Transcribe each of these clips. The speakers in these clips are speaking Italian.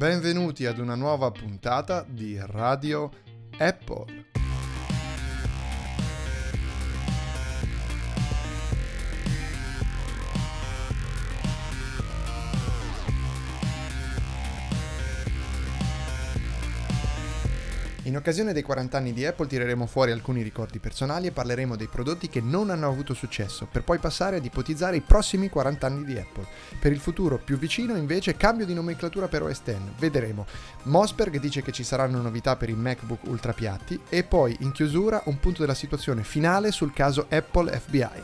Benvenuti ad una nuova puntata di Radio Apple. In occasione dei 40 anni di Apple tireremo fuori alcuni ricordi personali e parleremo dei prodotti che non hanno avuto successo, per poi passare ad ipotizzare i prossimi 40 anni di Apple. Per il futuro più vicino, invece, cambio di nomenclatura per OS X. Vedremo. Mossberg dice che ci saranno novità per i MacBook ultra piatti e poi, in chiusura, un punto della situazione finale sul caso Apple FBI.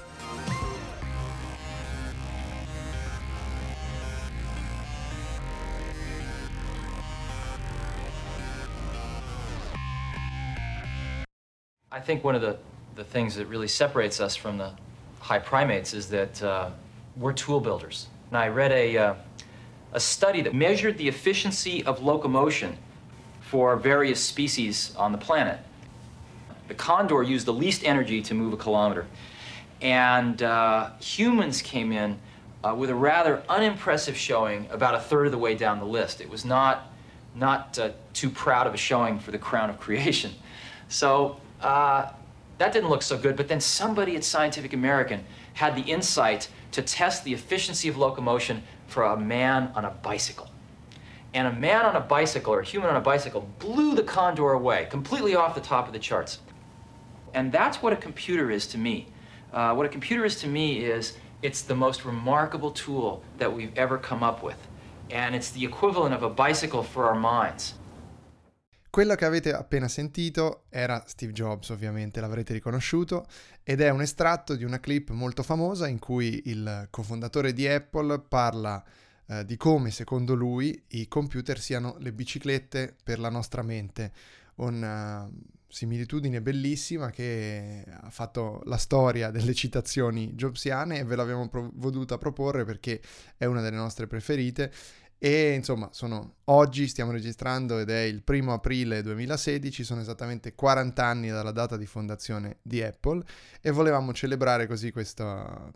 I think one of the things that really separates us from the high primates is that we're tool builders. And I read a study that measured the efficiency of locomotion for various species on the planet. The condor used the least energy to move a kilometer. And humans came in with a rather unimpressive showing about a third of the way down the list. It was not too proud of a showing for the crown of creation. So that didn't look so good, but then somebody at Scientific American had the insight to test the efficiency of locomotion for a man on a bicycle. And a man on a bicycle, or a human on a bicycle, blew the condor away, completely off the top of the charts. And that's what a computer is to me. What a computer is to me is it's the most remarkable tool that we've ever come up with. And it's the equivalent of a bicycle for our minds. Quello che avete appena sentito era Steve Jobs, ovviamente l'avrete riconosciuto, ed è un estratto di una clip molto famosa in cui il cofondatore di Apple parla di come, secondo lui, i computer siano le biciclette per la nostra mente. Una similitudine bellissima che ha fatto la storia delle citazioni jobsiane e ve l'abbiamo voluta proporre perché è una delle nostre preferite. E insomma, oggi stiamo registrando ed è il 1 aprile 2016, sono esattamente 40 anni dalla data di fondazione di Apple e volevamo celebrare così questo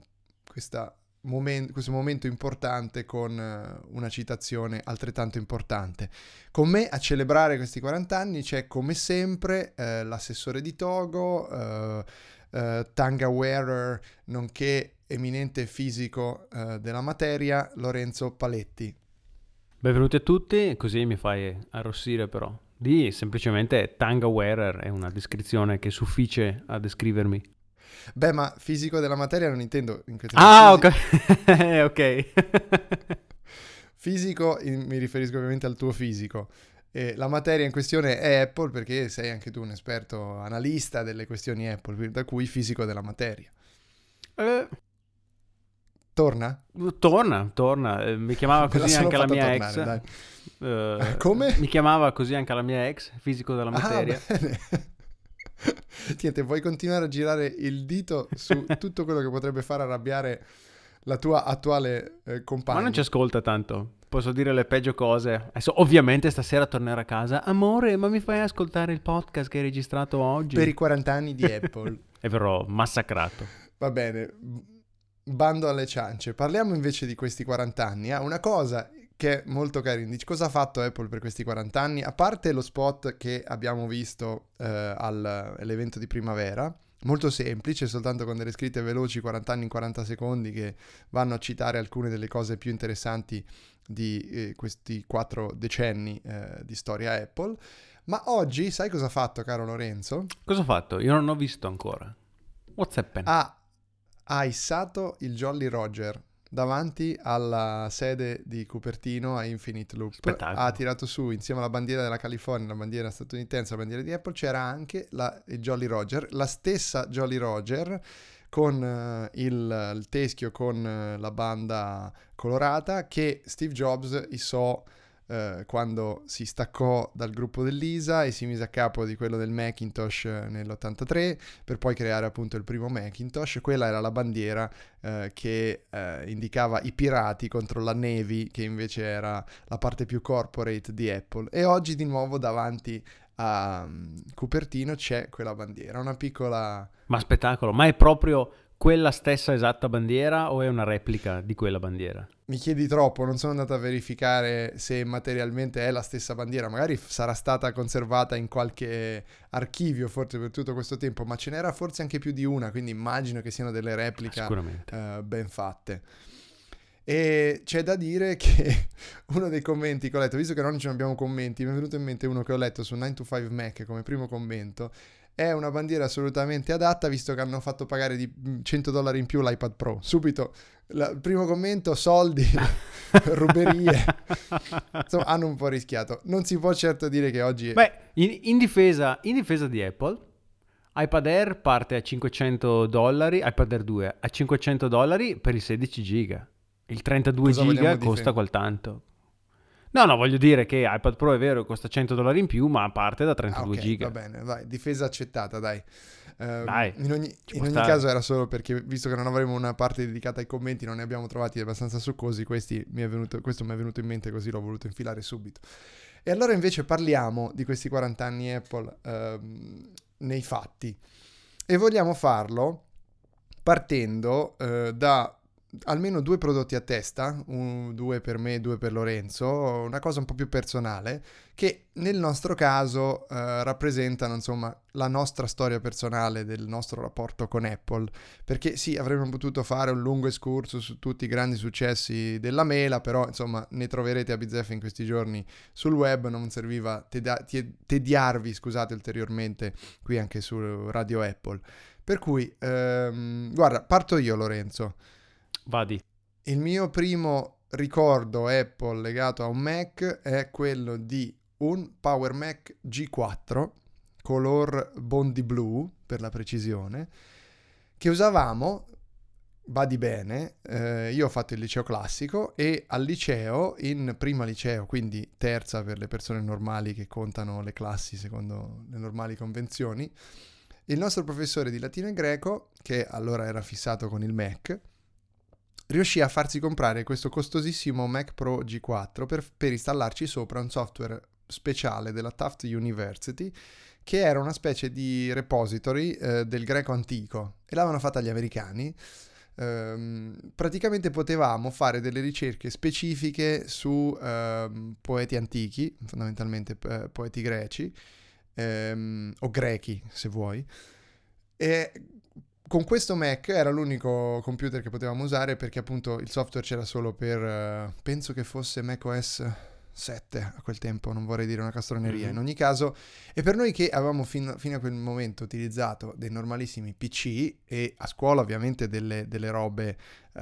momento importante con una citazione altrettanto importante. Con me a celebrare questi 40 anni c'è come sempre l'assessore di Togo, Tanga wearer, nonché eminente fisico della materia, Lorenzo Paletti. Benvenuti a tutti, così mi fai arrossire però. Semplicemente Tanga wearer è una descrizione che suffice a descrivermi. Beh, ma fisico della materia non intendo in questo ok. Ok. Fisico, mi riferisco ovviamente al tuo fisico. E la materia in questione è Apple perché sei anche tu un esperto analista delle questioni Apple, da cui fisico della materia. Torna? Torna. Mi chiamava così anche la mia tornare, ex. Come? Mi chiamava così anche la mia ex, fisico della materia. Bene. Niente, vuoi continuare a girare il dito su tutto quello che potrebbe far arrabbiare la tua attuale compagna? Ma non ci ascolta tanto. Posso dire le peggio cose. Adesso ovviamente stasera tornerò a casa. Amore, ma mi fai ascoltare il podcast che hai registrato oggi? Per i 40 anni di Apple. E verrò massacrato. Va bene. Bando alle ciance. Parliamo invece di questi 40 anni. Una cosa che è molto carina. Dici, cosa ha fatto Apple per questi 40 anni? A parte lo spot che abbiamo visto all'evento di primavera, molto semplice, soltanto con delle scritte veloci, 40 anni in 40 secondi, che vanno a citare alcune delle cose più interessanti di questi 4 decenni di storia Apple. Ma oggi, sai cosa ha fatto, caro Lorenzo? Cosa ha fatto? Io non ho visto ancora. What's happened? Ha issato il Jolly Roger davanti alla sede di Cupertino a Infinite Loop. Spettacolo. Ha tirato su, insieme alla bandiera della California, la bandiera statunitense, la bandiera di Apple, c'era anche il Jolly Roger, la stessa Jolly Roger con il teschio con la banda colorata che Steve Jobs issò quando si staccò dal gruppo dell'ISA e si mise a capo di quello del Macintosh nell'83 per poi creare appunto il primo Macintosh. Quella era la bandiera che indicava i pirati contro la Navy, che invece era la parte più corporate di Apple. E oggi di nuovo davanti a Cupertino c'è quella bandiera, una piccola... Ma spettacolo, ma è proprio quella stessa esatta bandiera o è una replica di quella bandiera? Mi chiedi troppo, non sono andato a verificare se materialmente è la stessa bandiera, magari sarà stata conservata in qualche archivio forse per tutto questo tempo, ma ce n'era forse anche più di una, quindi immagino che siano delle repliche ben fatte. E c'è da dire che uno dei commenti che ho letto, visto che non ce ne abbiamo commenti, mi è venuto in mente uno che ho letto su 9to5 Mac come primo commento. È una bandiera assolutamente adatta, visto che hanno fatto pagare di $100 in più l'iPad Pro. Subito, primo commento, soldi, ruberie. Insomma, hanno un po' rischiato. Non si può certo dire che oggi... Beh, in difesa di Apple, iPad Air parte a $500, iPad Air 2 a $500 per il 16 giga. Il 32 giga costa quel tanto. No, voglio dire che iPad Pro è vero, costa $100 in più, ma parte da 32 giga. Va bene, vai, difesa accettata, dai. Dai, in ogni caso era solo perché, visto che non avremo una parte dedicata ai commenti, non ne abbiamo trovati abbastanza succosi, questo mi è venuto in mente, così l'ho voluto infilare subito. E allora invece parliamo di questi 40 anni Apple nei fatti. E vogliamo farlo partendo da... almeno 2 prodotti a testa, 2 per me, 2 per Lorenzo, una cosa un po' più personale, che nel nostro caso rappresentano insomma la nostra storia personale del nostro rapporto con Apple, perché sì, avremmo potuto fare un lungo escurso su tutti i grandi successi della mela, però insomma ne troverete a bizzeffe in questi giorni sul web, non serviva tediarvi, scusate, ulteriormente qui anche su Radio Apple. Per cui, guarda, parto io, Lorenzo. Vadi. Il mio primo ricordo Apple legato a un Mac è quello di un Power Mac G4 color Bondi blu, per la precisione, che usavamo, badi bene, io ho fatto il liceo classico e al liceo, in prima liceo, quindi terza per le persone normali che contano le classi secondo le normali convenzioni, il nostro professore di latino e greco, che allora era fissato con il Mac, riuscì a farsi comprare questo costosissimo Mac Pro G4 per installarci sopra un software speciale della Tufts University, che era una specie di repository del greco antico, e l'avevano fatta gli americani. Praticamente potevamo fare delle ricerche specifiche su poeti antichi, fondamentalmente poeti greci, o grechi se vuoi, e con questo Mac era l'unico computer che potevamo usare, perché appunto il software c'era solo per, penso che fosse macOS 7 a quel tempo, non vorrei dire una castroneria. In ogni caso, e per noi che avevamo fino a quel momento utilizzato dei normalissimi PC e a scuola ovviamente delle robe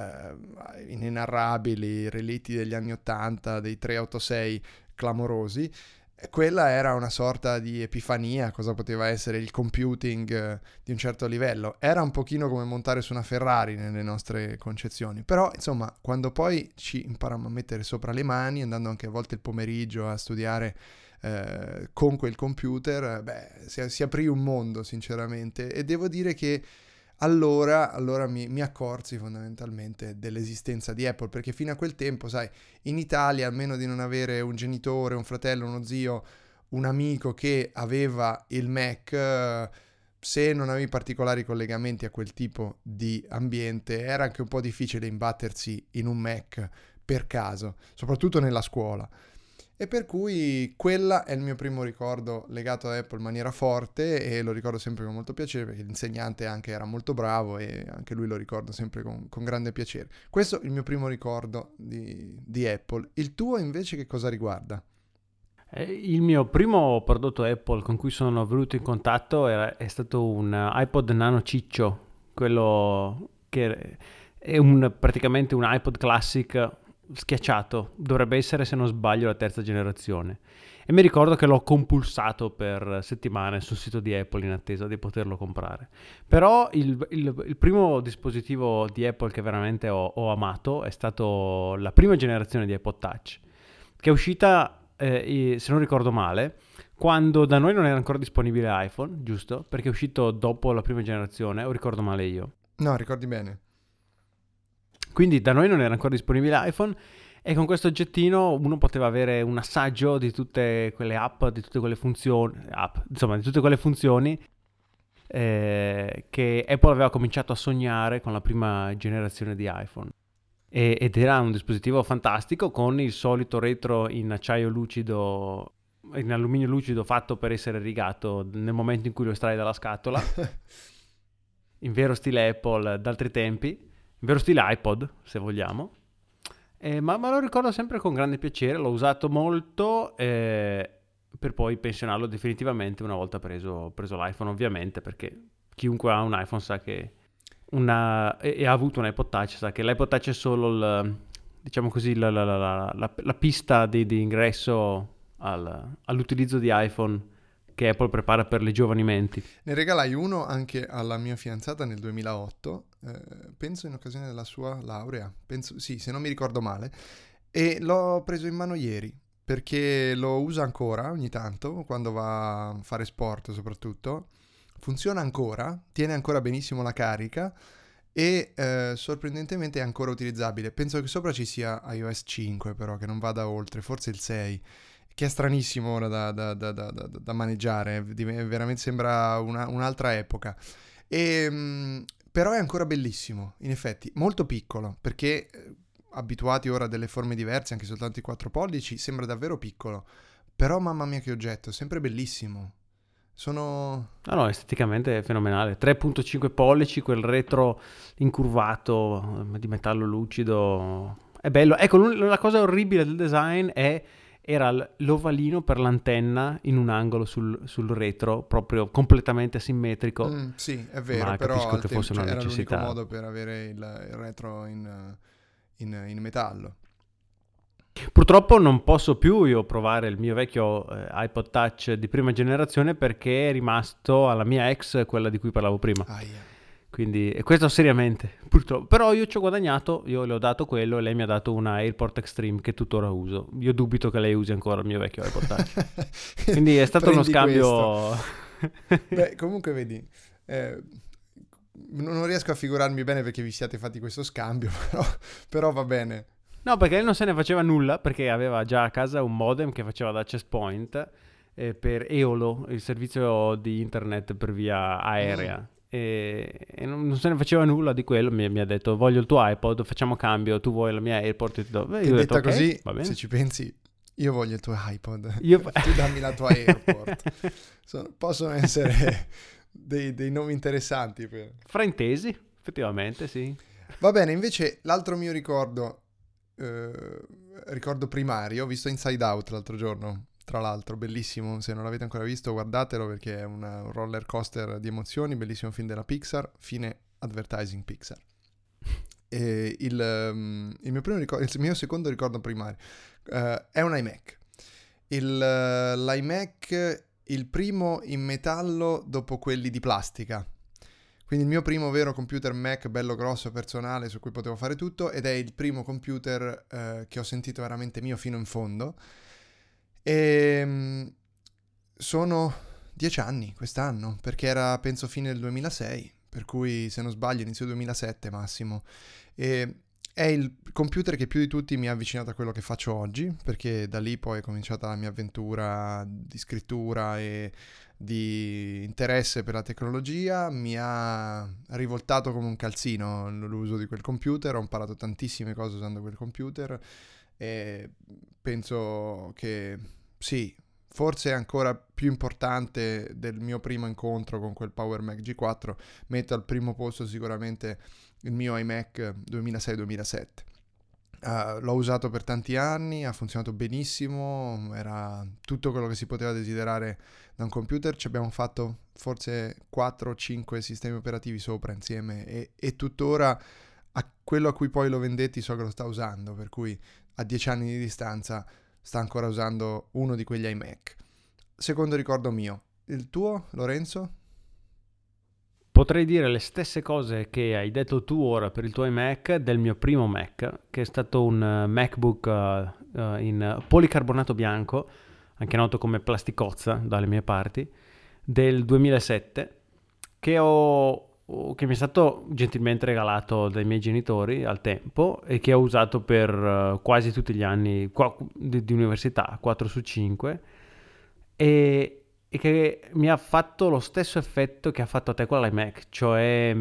inenarrabili, relitti degli anni 80, dei 386 clamorosi, quella era una sorta di epifania, cosa poteva essere il computing di un certo livello. Era un pochino come montare su una Ferrari nelle nostre concezioni, però insomma quando poi ci imparammo a mettere sopra le mani, andando anche a volte il pomeriggio a studiare con quel computer, si aprì un mondo sinceramente, e devo dire che allora mi accorsi fondamentalmente dell'esistenza di Apple, perché fino a quel tempo, sai, in Italia, almeno di non avere un genitore, un fratello, uno zio, un amico che aveva il Mac, se non avevi particolari collegamenti a quel tipo di ambiente, era anche un po' difficile imbattersi in un Mac per caso, soprattutto nella scuola. E per cui quella è il mio primo ricordo legato ad Apple in maniera forte, e lo ricordo sempre con molto piacere, perché l'insegnante anche era molto bravo e anche lui lo ricordo sempre con grande piacere. Questo è il mio primo ricordo di Apple. Il tuo invece che cosa riguarda? Il mio primo prodotto Apple con cui sono venuto in contatto è stato un iPod Nano ciccio, quello che è praticamente un iPod Classic schiacciato, dovrebbe essere, se non sbaglio, la terza generazione, e mi ricordo che l'ho compulsato per settimane sul sito di Apple in attesa di poterlo comprare. Però il primo dispositivo di Apple che veramente ho amato è stato la prima generazione di iPod Touch, che è uscita, se non ricordo male, quando da noi non era ancora disponibile iPhone, giusto? Perché è uscito dopo la prima generazione, o ricordo male io? No, ricordi bene. Quindi da noi non era ancora disponibile iPhone, e con questo oggettino uno poteva avere un assaggio di tutte quelle app, di tutte quelle funzioni, insomma di tutte quelle funzioni che Apple aveva cominciato a sognare con la prima generazione di iPhone. Ed era un dispositivo fantastico con il solito retro in acciaio lucido, in alluminio lucido fatto per essere rigato nel momento in cui lo estrai dalla scatola, in vero stile Apple d'altri tempi, in vero stile iPod se vogliamo. Ma lo ricordo sempre con grande piacere, l'ho usato molto per poi pensionarlo definitivamente una volta preso l'iPhone, ovviamente, perché chiunque ha un iPhone sa che e ha avuto un iPod Touch sa che l'iPod Touch è solo diciamo così la pista di ingresso all'utilizzo di iPhone che Apple prepara per le giovani menti. Ne regalai uno anche alla mia fidanzata nel 2008, penso in occasione della sua laurea, penso, sì, se non mi ricordo male, e l'ho preso in mano ieri, perché lo usa ancora ogni tanto, quando va a fare sport soprattutto, funziona ancora, tiene ancora benissimo la carica e sorprendentemente è ancora utilizzabile. Penso che sopra ci sia iOS 5 però, che non vada oltre, forse il 6. Che è stranissimo ora da maneggiare, veramente sembra un'altra epoca. Però è ancora bellissimo, in effetti, molto piccolo, perché abituati ora a delle forme diverse, anche soltanto i 4 pollici, sembra davvero piccolo. Però mamma mia che oggetto, sempre bellissimo. No, esteticamente è fenomenale. 3.5 pollici, quel retro incurvato di metallo lucido. È bello. Ecco, la cosa orribile del design era l'ovalino per l'antenna in un angolo sul retro, proprio completamente asimmetrico. Sì, è vero, ma però capisco che fosse una era necessità. l'unico modo per avere il retro in metallo. Purtroppo non posso più io provare il mio vecchio iPod Touch di prima generazione perché è rimasto alla mia ex, quella di cui parlavo prima. Quindi, e questo seriamente, purtroppo. Però io ci ho guadagnato, io le ho dato quello e lei mi ha dato una AirPort Extreme che tuttora uso. Io dubito che lei usi ancora il mio vecchio iPod Touch. Quindi è stato uno scambio... Beh, comunque vedi, non riesco a figurarmi bene perché vi siate fatti questo scambio, però va bene. No, perché lei non se ne faceva nulla, perché aveva già a casa un modem che faceva da access point per Eolo, il servizio di internet per via aerea. E non se ne faceva nulla di quello. Mi ha detto: voglio il tuo iPod, facciamo cambio, tu vuoi la mia AirPort e ti do. E detta okay, così, va bene. Se ci pensi, io voglio il tuo iPod, tu dammi la tua AirPort. Possono essere dei nomi interessanti fraintesi, effettivamente, sì. Va bene, invece l'altro mio ricordo primario, ho visto Inside Out l'altro giorno, tra l'altro, bellissimo, se non l'avete ancora visto guardatelo perché è un roller coaster di emozioni, bellissimo film della Pixar, fine advertising Pixar. E il mio secondo ricordo primario è un iMac. L'iMac, il primo in metallo dopo quelli di plastica. Quindi il mio primo vero computer Mac bello grosso, personale, su cui potevo fare tutto, ed è il primo computer che ho sentito veramente mio fino in fondo. E sono 10 anni quest'anno, perché era penso fine del 2006, per cui se non sbaglio inizio 2007 massimo. E è il computer che più di tutti mi ha avvicinato a quello che faccio oggi, perché da lì poi è cominciata la mia avventura di scrittura e di interesse per la tecnologia. Mi ha rivoltato come un calzino l'uso di quel computer, ho imparato tantissime cose usando quel computer e penso che sì, forse è ancora più importante del mio primo incontro con quel Power Mac G4, metto al primo posto sicuramente il mio iMac 2006-2007. L'ho usato per tanti anni, ha funzionato benissimo, era tutto quello che si poteva desiderare da un computer. Ci abbiamo fatto forse 4 o 5 sistemi operativi sopra insieme e tuttora a quello a cui poi lo vendetti so che lo sta usando, per cui a 10 anni di distanza sta ancora usando uno di quegli iMac. Secondo ricordo mio. Il tuo, Lorenzo? Potrei dire le stesse cose che hai detto tu ora per il tuo iMac del mio primo Mac, che è stato un MacBook in policarbonato bianco, anche noto come plasticozza dalle mie parti, del 2007, che mi è stato gentilmente regalato dai miei genitori al tempo e che ho usato per quasi tutti gli anni di università, 4 su 5, e e che mi ha fatto lo stesso effetto che ha fatto a te con l'iMac, cioè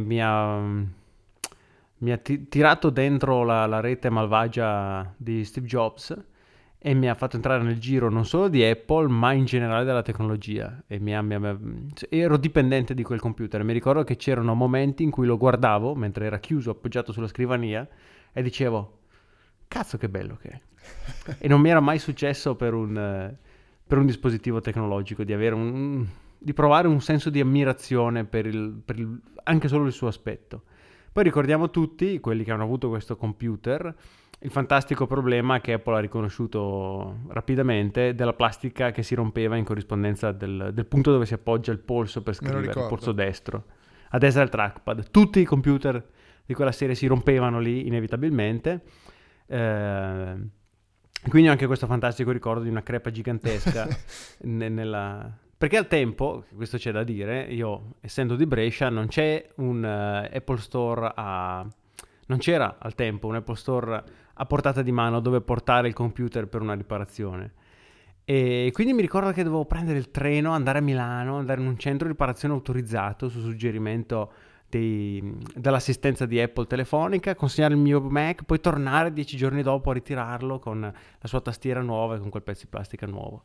mi ha tirato dentro la rete malvagia di Steve Jobs e mi ha fatto entrare nel giro non solo di Apple, ma in generale della tecnologia. E ero dipendente di quel computer. Mi ricordo che c'erano momenti in cui lo guardavo mentre era chiuso, appoggiato sulla scrivania, e dicevo, cazzo che bello che è. E non mi era mai successo per un dispositivo tecnologico di avere di provare un senso di ammirazione anche solo il suo aspetto. Poi ricordiamo tutti, quelli che hanno avuto questo computer, il fantastico problema che Apple ha riconosciuto rapidamente della plastica che si rompeva in corrispondenza del punto dove si appoggia il polso per scrivere, il polso destro. A destra il trackpad. Tutti i computer di quella serie si rompevano lì inevitabilmente. Quindi ho anche questo fantastico ricordo di una crepa gigantesca perché al tempo, questo c'è da dire, io essendo di Brescia non c'è un Apple Store non c'era al tempo un Apple Store a portata di mano dove portare il computer per una riparazione. E quindi mi ricordo che dovevo prendere il treno, andare a Milano, andare in un centro di riparazione autorizzato su suggerimento dell'assistenza di Apple telefonica, consegnare il mio Mac, poi tornare 10 giorni dopo a ritirarlo con la sua tastiera nuova e con quel pezzo di plastica nuovo.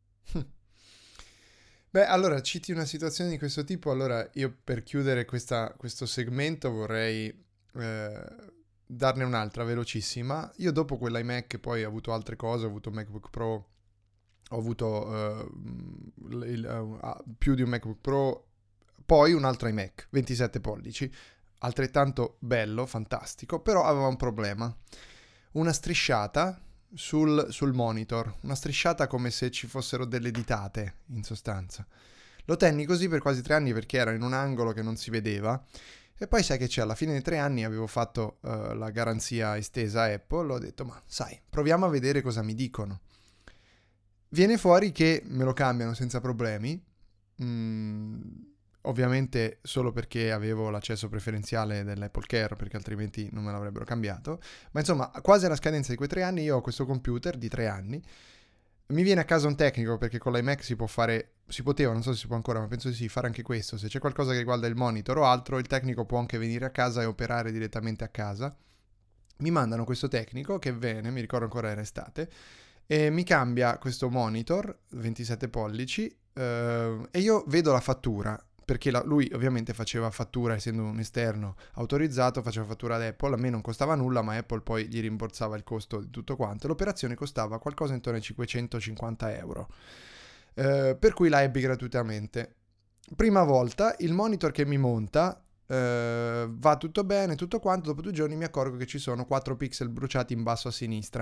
Beh, allora, citi una situazione di questo tipo, allora io per chiudere questo segmento vorrei darne un'altra velocissima. Io dopo quell'iMac poi ho avuto altre cose, ho avuto un MacBook Pro, ho avuto più di un MacBook Pro, poi un altro iMac, 27 pollici, altrettanto bello, fantastico, però aveva un problema. Una strisciata sul monitor, una strisciata come se ci fossero delle ditate, in sostanza. Lo tenni così per quasi 3 anni perché era in un angolo che non si vedeva. E poi sai che c'è, alla fine dei 3 anni avevo fatto la garanzia estesa a Apple, ho detto, ma sai, proviamo a vedere cosa mi dicono. Viene fuori che me lo cambiano senza problemi, ovviamente solo perché avevo l'accesso preferenziale dell'Apple Care, perché altrimenti non me l'avrebbero cambiato, ma insomma, quasi alla scadenza di quei 3 anni io ho questo computer di 3 anni, mi viene a casa un tecnico perché con l'iMac si poteva, non so se si può ancora, ma penso di sì, fare anche questo, se c'è qualcosa che riguarda il monitor o altro, il tecnico può anche venire a casa e operare direttamente a casa. Mi mandano questo tecnico che viene, mi ricordo ancora era estate, e mi cambia questo monitor 27 pollici e io vedo la fattura, perché lui ovviamente faceva fattura, essendo un esterno autorizzato, faceva fattura ad Apple, a me non costava nulla, ma Apple poi gli rimborsava il costo di tutto quanto. L'operazione costava qualcosa intorno ai 550 euro, per cui la ebbi gratuitamente. Prima volta, il monitor che mi monta va tutto bene, tutto quanto, dopo 2 giorni mi accorgo che ci sono 4 pixel bruciati in basso a sinistra.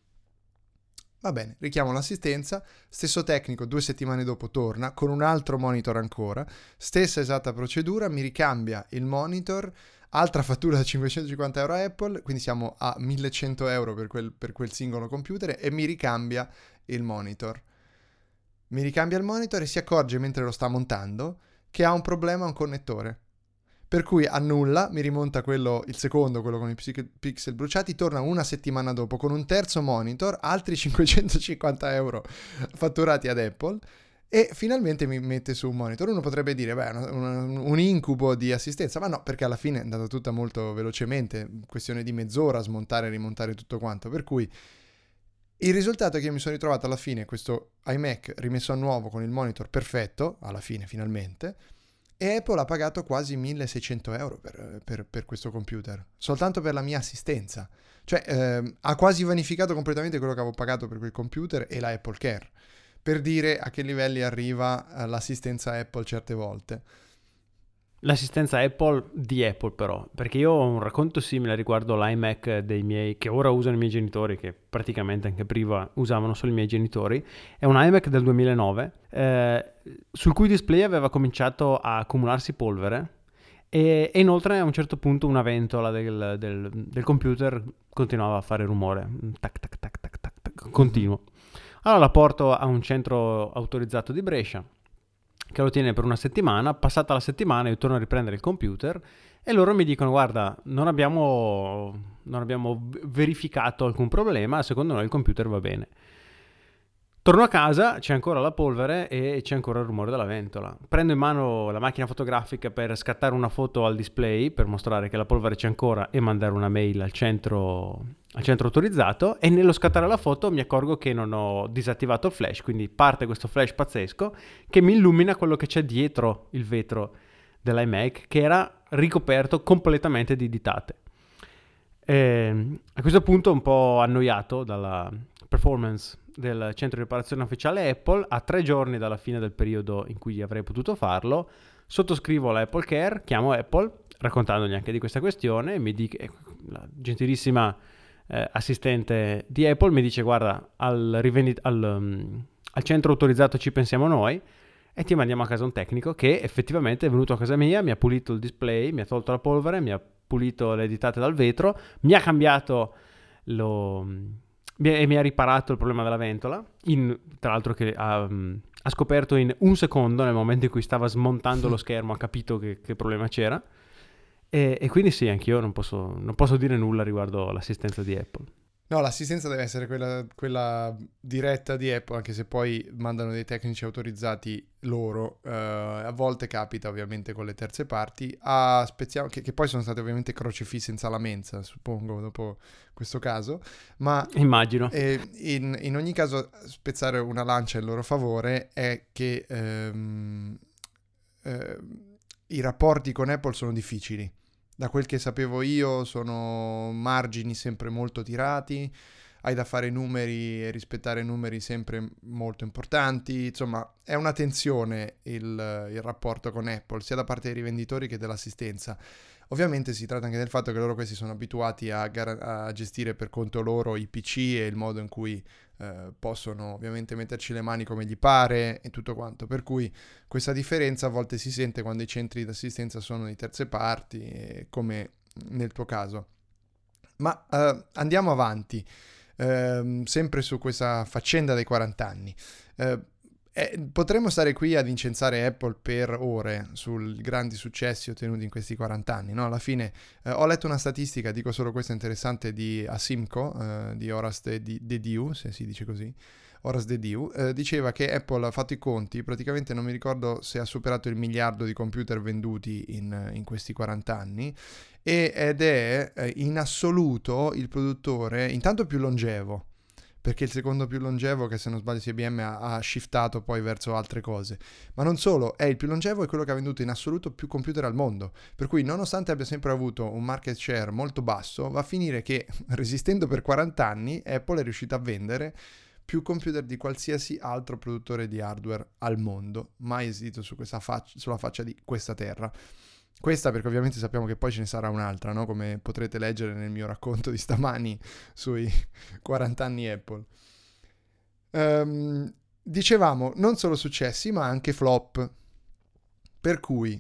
Va bene, richiamo l'assistenza, stesso tecnico 2 settimane dopo torna con un altro monitor ancora, stessa esatta procedura, mi ricambia il monitor, altra fattura da 550 euro a Apple, quindi siamo a 1100 euro per quel singolo computer, e mi ricambia il monitor. Mi ricambia il monitor e si accorge mentre lo sta montando che ha un problema a un connettore. Per cui annulla, mi rimonta il secondo, quello con i pixel bruciati, torna una settimana dopo con un terzo monitor, altri 550 euro fatturati ad Apple, e finalmente mi mette su un monitor. Uno potrebbe dire, beh, un incubo di assistenza, ma no, perché alla fine è andata tutta molto velocemente, questione di mezz'ora, smontare e rimontare tutto quanto, per cui il risultato è che io mi sono ritrovato alla fine questo iMac rimesso a nuovo con il monitor perfetto, alla fine finalmente, e Apple ha pagato quasi 1600 euro per questo computer, soltanto per la mia assistenza. Cioè, ha quasi vanificato completamente quello che avevo pagato per quel computer e la Apple Care, per dire a che livelli arriva l'assistenza Apple certe volte. L'assistenza Apple di Apple però, perché io ho un racconto simile riguardo l'iMac dei miei, che ora usano i miei genitori, che praticamente anche prima usavano solo i miei genitori. È un iMac del 2009, sul cui display aveva cominciato a accumularsi polvere e inoltre a un certo punto una ventola del computer continuava a fare rumore, tac tac tac tac tac, tac continuo. Allora la porto a un centro autorizzato di Brescia, che lo tiene per una settimana. Passata la settimana io torno a riprendere il computer e loro mi dicono, guarda, non abbiamo verificato alcun problema, secondo noi il computer va bene. Torno a casa, c'è ancora la polvere e c'è ancora il rumore della ventola. Prendo in mano la macchina fotografica per scattare una foto al display per mostrare che la polvere c'è ancora e mandare una mail al centro autorizzato, e nello scattare la foto mi accorgo che non ho disattivato il flash, quindi parte questo flash pazzesco che mi illumina quello che c'è dietro il vetro dell'iMac, che era ricoperto completamente di ditate. A questo punto, un po' annoiato dalla performance del centro di riparazione ufficiale Apple, a 3 giorni dalla fine del periodo in cui avrei potuto farlo, sottoscrivo la Apple Care, chiamo Apple raccontandogli anche di questa questione, e mi dice, la gentilissima assistente di Apple mi dice: guarda, al centro autorizzato ci pensiamo noi e ti mandiamo a casa un tecnico che effettivamente è venuto a casa mia, mi ha pulito il display, mi ha tolto la polvere, mi ha pulito le ditate dal vetro, mi ha cambiato e mi ha riparato il problema della ventola, tra l'altro che ha scoperto in un secondo, nel momento in cui stava smontando lo schermo, ha capito che problema c'era, e quindi sì, anch'io non posso dire nulla riguardo l'assistenza di Apple. No, l'assistenza deve essere quella diretta di Apple, anche se poi mandano dei tecnici autorizzati loro. A volte capita ovviamente con le terze parti, che poi sono state ovviamente crocefisse senza la mensa, suppongo, dopo questo caso. Ma immagino. In ogni caso, spezzare una lancia in loro favore è che i rapporti con Apple sono difficili. Da quel che sapevo io sono margini sempre molto tirati, hai da fare numeri e rispettare numeri sempre molto importanti, insomma è una tensione il rapporto con Apple, sia da parte dei rivenditori che dell'assistenza. Ovviamente si tratta anche del fatto che loro questi sono abituati a gestire per conto loro i PC e il modo in cui possono ovviamente metterci le mani come gli pare e tutto quanto, per cui questa differenza a volte si sente quando i centri d'assistenza sono di terze parti, come nel tuo caso. Ma andiamo avanti, sempre su questa faccenda dei 40 anni. Potremmo stare qui ad incensare Apple per ore sui grandi successi ottenuti in questi 40 anni, no? Alla fine ho letto una statistica, dico solo questa interessante, di Asimco, di Horace Dediu, se si dice così, Horace Dediu, diceva che Apple ha fatto i conti, praticamente non mi ricordo se ha superato il 1 miliardo di computer venduti in questi 40 anni, ed è in assoluto il produttore intanto più longevo, perché il secondo più longevo, che se non sbaglio IBM, ha shiftato poi verso altre cose. Ma non solo, è il più longevo e quello che ha venduto in assoluto più computer al mondo. Per cui, nonostante abbia sempre avuto un market share molto basso, va a finire che, resistendo per 40 anni, Apple è riuscita a vendere più computer di qualsiasi altro produttore di hardware al mondo, mai esistito sulla faccia di questa terra. Questa perché ovviamente sappiamo che poi ce ne sarà un'altra, no? Come potrete leggere nel mio racconto di stamani sui 40 anni Apple. Dicevamo, non solo successi, ma anche flop. Per cui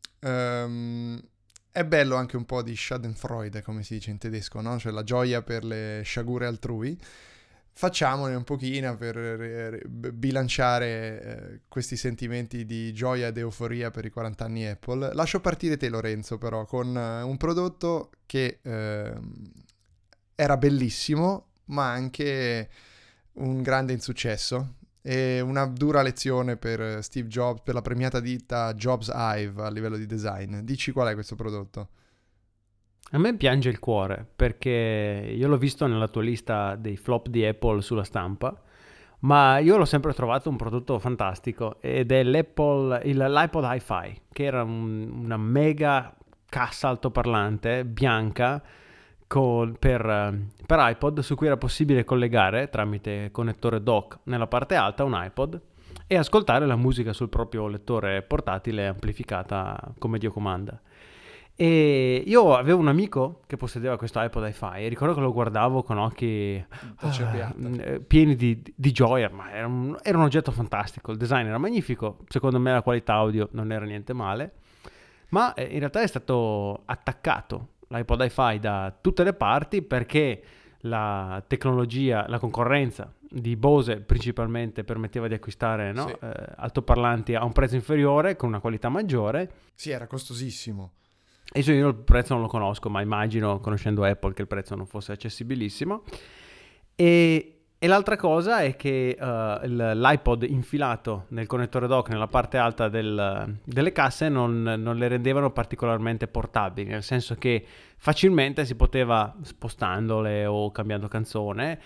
è bello anche un po' di Schadenfreude, come si dice in tedesco, no? Cioè la gioia per le sciagure altrui. Facciamone un pochino per bilanciare questi sentimenti di gioia ed euforia per i 40 anni Apple. Lascio partire te, Lorenzo, però, con un prodotto che era bellissimo, ma anche un grande insuccesso e una dura lezione per Steve Jobs, per la premiata ditta Jobs Hive a livello di design. Dici qual è questo prodotto? A me piange il cuore perché io l'ho visto nella tua lista dei flop di Apple sulla stampa, ma io l'ho sempre trovato un prodotto fantastico, ed è l'iPod Hi-Fi, che era una mega cassa altoparlante bianca per iPod, su cui era possibile collegare tramite connettore dock nella parte alta un iPod e ascoltare la musica sul proprio lettore portatile amplificata come Dio comanda. E io avevo un amico che possedeva questo iPod Hi-Fi e ricordo che lo guardavo con occhi pieni di gioia, ma era un oggetto fantastico, il design era magnifico, secondo me la qualità audio non era niente male, ma in realtà è stato attaccato l'iPod Hi-Fi da tutte le parti perché la tecnologia, la concorrenza di Bose principalmente permetteva di acquistare, no? Sì. Altoparlanti a un prezzo inferiore con una qualità maggiore. Sì, era costosissimo. E io il prezzo non lo conosco, ma immagino, conoscendo Apple, che il prezzo non fosse accessibilissimo. E E l'altra cosa è che l'iPod infilato nel connettore dock nella parte alta delle casse non le rendevano particolarmente portabili, nel senso che facilmente si poteva, spostandole o cambiando canzone,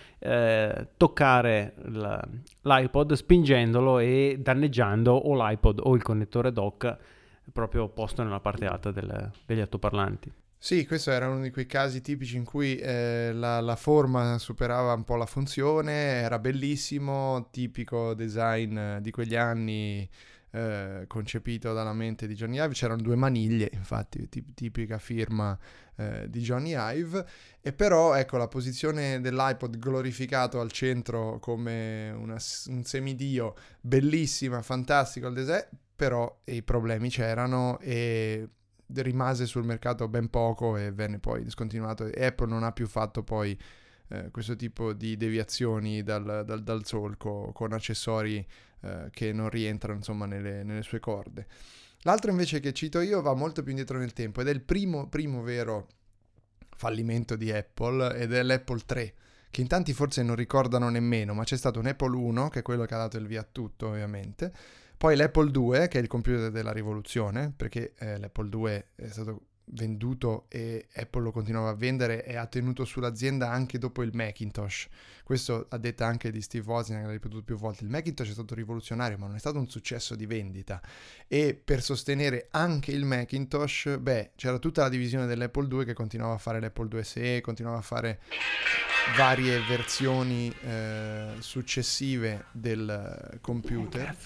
toccare l'iPod spingendolo e danneggiando o l'iPod o il connettore dock proprio posto nella parte alta degli altoparlanti. Sì, questo era uno di quei casi tipici in cui la forma superava un po' la funzione, era bellissimo, tipico design di quegli anni, concepito dalla mente di Johnny Ive. C'erano due maniglie, infatti, tipica firma di Johnny Ive, e però ecco la posizione dell'iPod glorificato al centro come un semidio, bellissima, fantastico il design, però i problemi c'erano e rimase sul mercato ben poco e venne poi discontinuato, e Apple non ha più fatto poi questo tipo di deviazioni dal solco con accessori che non rientrano insomma nelle sue corde. L'altro invece che cito io va molto più indietro nel tempo ed è il primo vero fallimento di Apple, ed è l'Apple 3, che in tanti forse non ricordano nemmeno, ma c'è stato un Apple 1 che è quello che ha dato il via a tutto ovviamente. Poi l'Apple 2, che è il computer della rivoluzione, perché l'Apple 2 è stato venduto e Apple lo continuava a vendere e ha tenuto sull'azienda anche dopo il Macintosh. Questo a detta anche di Steve Wozniak, l'ha ripetuto più volte. Il Macintosh è stato rivoluzionario, ma non è stato un successo di vendita. E per sostenere anche il Macintosh, c'era tutta la divisione dell'Apple 2 che continuava a fare l'Apple 2 SE, continuava a fare varie versioni successive del computer.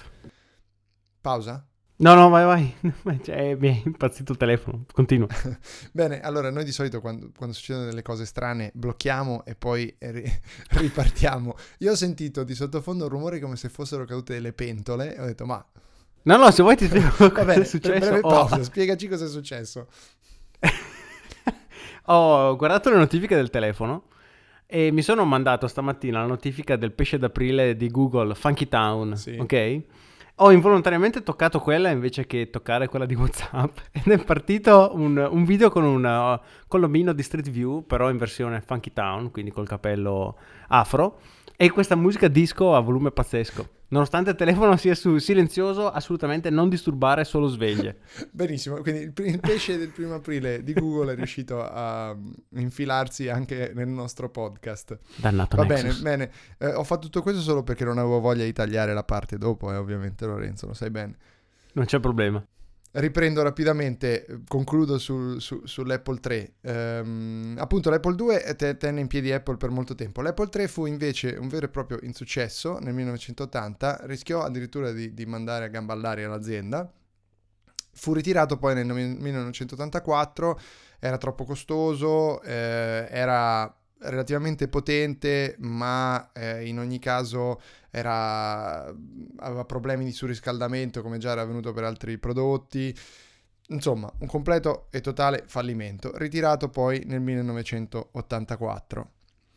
Pausa? No, vai. Cioè, mi è impazzito il telefono. Continua. Bene, allora noi di solito quando succedono delle cose strane blocchiamo e poi ripartiamo. Io ho sentito di sottofondo un rumore come se fossero cadute delle pentole e ho detto ma... No, se vuoi ti spiego cosa bene, è successo. Breve pausa, spiegaci cosa è successo. Ho guardato le notifiche del telefono e mi sono mandato stamattina la notifica del pesce d'aprile di Google, Funky Town, Sì. ok? Ho involontariamente toccato quella invece che toccare quella di WhatsApp ed è partito un video con un l'omino di Street View, però in versione Funky Town, quindi col capello afro, e questa musica disco a volume pazzesco. Nonostante il telefono sia su silenzioso, assolutamente non disturbare, solo sveglie. Benissimo, quindi il pesce del 1 aprile di Google è riuscito a infilarsi anche nel nostro podcast. Dannato Va Nexus. bene. Ho fatto tutto questo solo perché non avevo voglia di tagliare la parte dopo, ovviamente Lorenzo, lo sai bene. Non c'è problema. Riprendo rapidamente, concludo sull'Apple 3. Appunto l'Apple 2 tenne in piedi Apple per molto tempo. L'Apple 3 fu invece un vero e proprio insuccesso nel 1980, rischiò addirittura di mandare a gamba all'aria l'azienda. Fu ritirato poi nel 1984, era troppo costoso, era relativamente potente, ma in ogni caso aveva problemi di surriscaldamento come già era avvenuto per altri prodotti. Insomma, un completo e totale fallimento, ritirato poi nel 1984.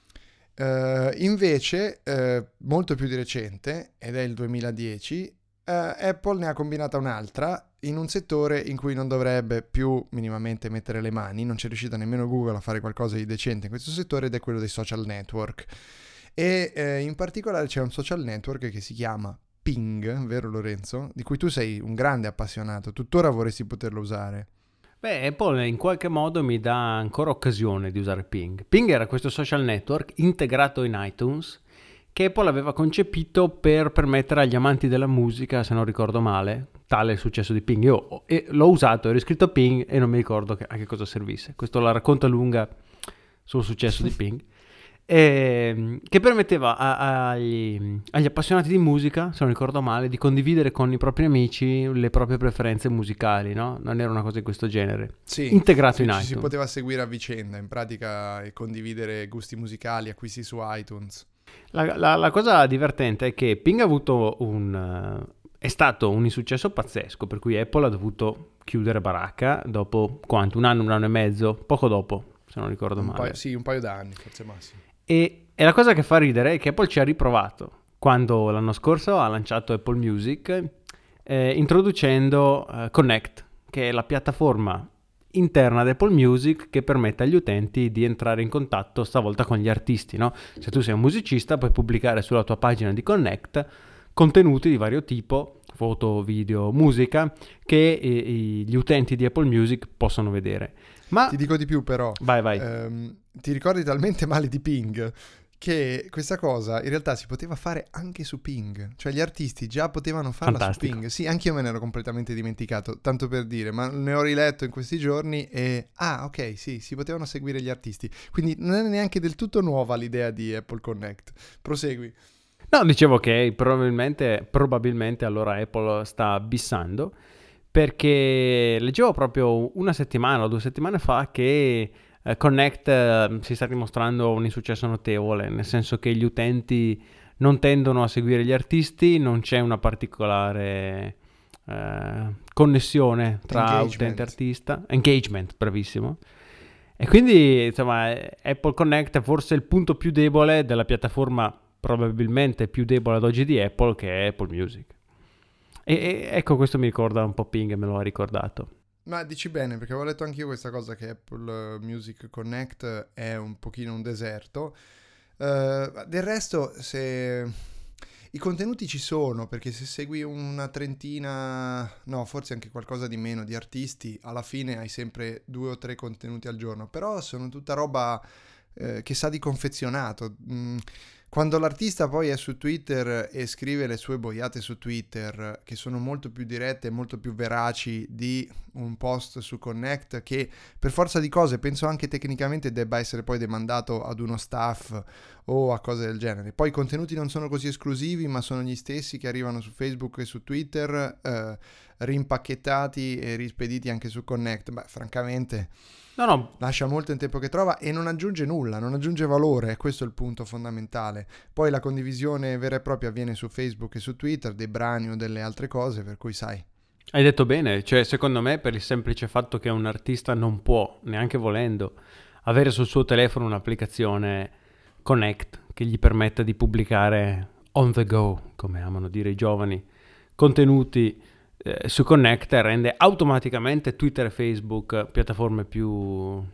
Invece, molto più di recente, ed è il 2010, Apple ne ha combinata un'altra in un settore in cui non dovrebbe più minimamente mettere le mani. Non c'è riuscita nemmeno Google a fare qualcosa di decente in questo settore, ed è quello dei social network. E in particolare c'è un social network che si chiama Ping, vero Lorenzo? Di cui tu sei un grande appassionato, tuttora vorresti poterlo usare. Apple in qualche modo mi dà ancora occasione di usare Ping. Ping era questo social network integrato in iTunes che Apple aveva concepito per permettere agli amanti della musica, se non ricordo male, tale il successo di Ping. Io l'ho usato, ho riscritto Ping e non mi ricordo a che cosa servisse. Questo la racconta lunga sul successo di Ping. Che permetteva agli appassionati di musica, se non ricordo male, di condividere con i propri amici le proprie preferenze musicali, no? Non era una cosa di questo genere. Sì, integrato in iTunes. Si poteva seguire a vicenda, in pratica, e condividere gusti musicali, acquisti su iTunes. La cosa divertente è che Ping ha avuto è stato un insuccesso pazzesco, per cui Apple ha dovuto chiudere baracca dopo quanto? Un anno e mezzo, poco dopo, se non ricordo male. Un paio d'anni, forse massimo. E la cosa che fa ridere è che Apple ci ha riprovato quando l'anno scorso ha lanciato Apple Music introducendo Connect, che è la piattaforma interna ad Apple Music che permette agli utenti di entrare in contatto stavolta con gli artisti, no? Se tu sei un musicista puoi pubblicare sulla tua pagina di Connect contenuti di vario tipo, foto, video, musica, che gli utenti di Apple Music possono vedere. Ma ti dico di più però, vai. Ti ricordi talmente male di Ping che questa cosa in realtà si poteva fare anche su Ping, cioè gli artisti già potevano farla Fantastico. su Ping. Sì, anche io me ne ero completamente dimenticato, tanto per dire, ma ne ho riletto in questi giorni e ok, sì, si potevano seguire gli artisti. Quindi non è neanche del tutto nuova l'idea di Apple Connect. Prosegui. No, dicevo che probabilmente allora Apple sta bissando, perché leggevo proprio una settimana o 2 settimane fa che Connect si sta dimostrando un insuccesso notevole, nel senso che gli utenti non tendono a seguire gli artisti, non c'è una particolare connessione tra utente e artista, engagement, bravissimo. E quindi insomma Apple Connect è forse il punto più debole della piattaforma, probabilmente più debole ad oggi di Apple, che è Apple Music. E ecco, questo mi ricorda un po' Ping, me lo ha ricordato. Ma dici bene, perché avevo letto anch'io questa cosa che Apple Music Connect è un pochino un deserto. Del resto, se i contenuti ci sono, perché se segui una trentina, no, forse anche qualcosa di meno di artisti, alla fine hai sempre 2 o 3 contenuti al giorno, però sono tutta roba che sa di confezionato. Quando l'artista poi è su Twitter e scrive le sue boiate su Twitter, che sono molto più dirette e molto più veraci di un post su Connect, che per forza di cose penso anche tecnicamente debba essere poi demandato ad uno staff o a cose del genere. Poi i contenuti non sono così esclusivi, ma sono gli stessi che arrivano su Facebook e su Twitter, rimpacchettati e rispediti anche su Connect. Beh, francamente... No. Lascia molto in tempo che trova e non aggiunge nulla, non aggiunge valore, questo è il punto fondamentale. Poi la condivisione vera e propria avviene su Facebook e su Twitter, dei brani o delle altre cose, per cui sai. Hai detto bene, cioè secondo me per il semplice fatto che un artista non può, neanche volendo, avere sul suo telefono un'applicazione Connect che gli permetta di pubblicare on the go, come amano dire i giovani, contenuti su Connect, rende automaticamente Twitter e Facebook piattaforme più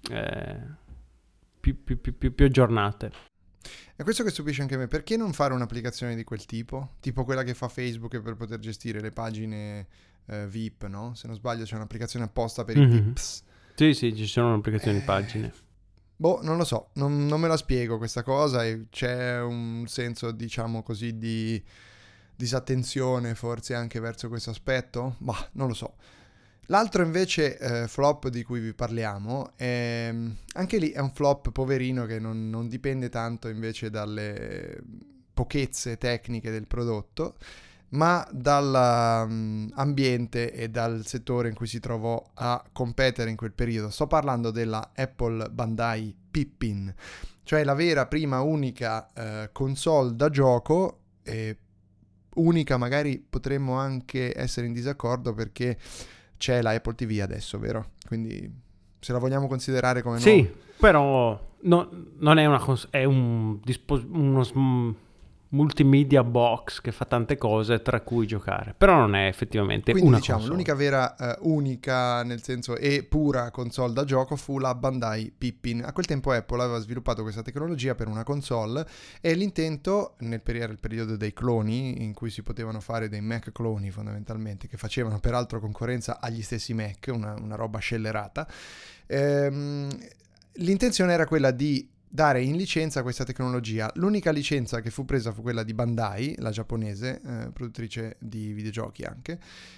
aggiornate. E questo che stupisce anche me, perché non fare un'applicazione di quel tipo? Tipo quella che fa Facebook per poter gestire le pagine VIP, no? Se non sbaglio c'è un'applicazione apposta per i VIPs. Sì, ci sono applicazioni di pagine. Boh, non lo so, non me la spiego questa cosa e c'è un senso, diciamo così, di disattenzione forse anche verso questo aspetto? Bah, non lo so. L'altro invece flop di cui vi parliamo, anche lì è un flop poverino che non dipende tanto invece dalle pochezze tecniche del prodotto, ma dall'ambiente e dal settore in cui si trovò a competere in quel periodo. Sto parlando della Apple Bandai Pippin, cioè la vera prima unica console da gioco, unica magari potremmo anche essere in disaccordo perché c'è la Apple TV adesso, vero? Quindi se la vogliamo considerare come sì, nuova. però non è è uno multimedia box che fa tante cose tra cui giocare, però non è effettivamente quindi una diciamo console. l'unica vera unica nel senso e pura console da gioco fu la Bandai Pippin. A quel tempo Apple aveva sviluppato questa tecnologia per una console e l'intento era il periodo dei cloni in cui si potevano fare dei Mac cloni fondamentalmente che facevano peraltro concorrenza agli stessi Mac, una roba scellerata. L'intenzione era quella di dare in licenza questa tecnologia. L'unica licenza che fu presa fu quella di Bandai, la giapponese, produttrice di videogiochi anche.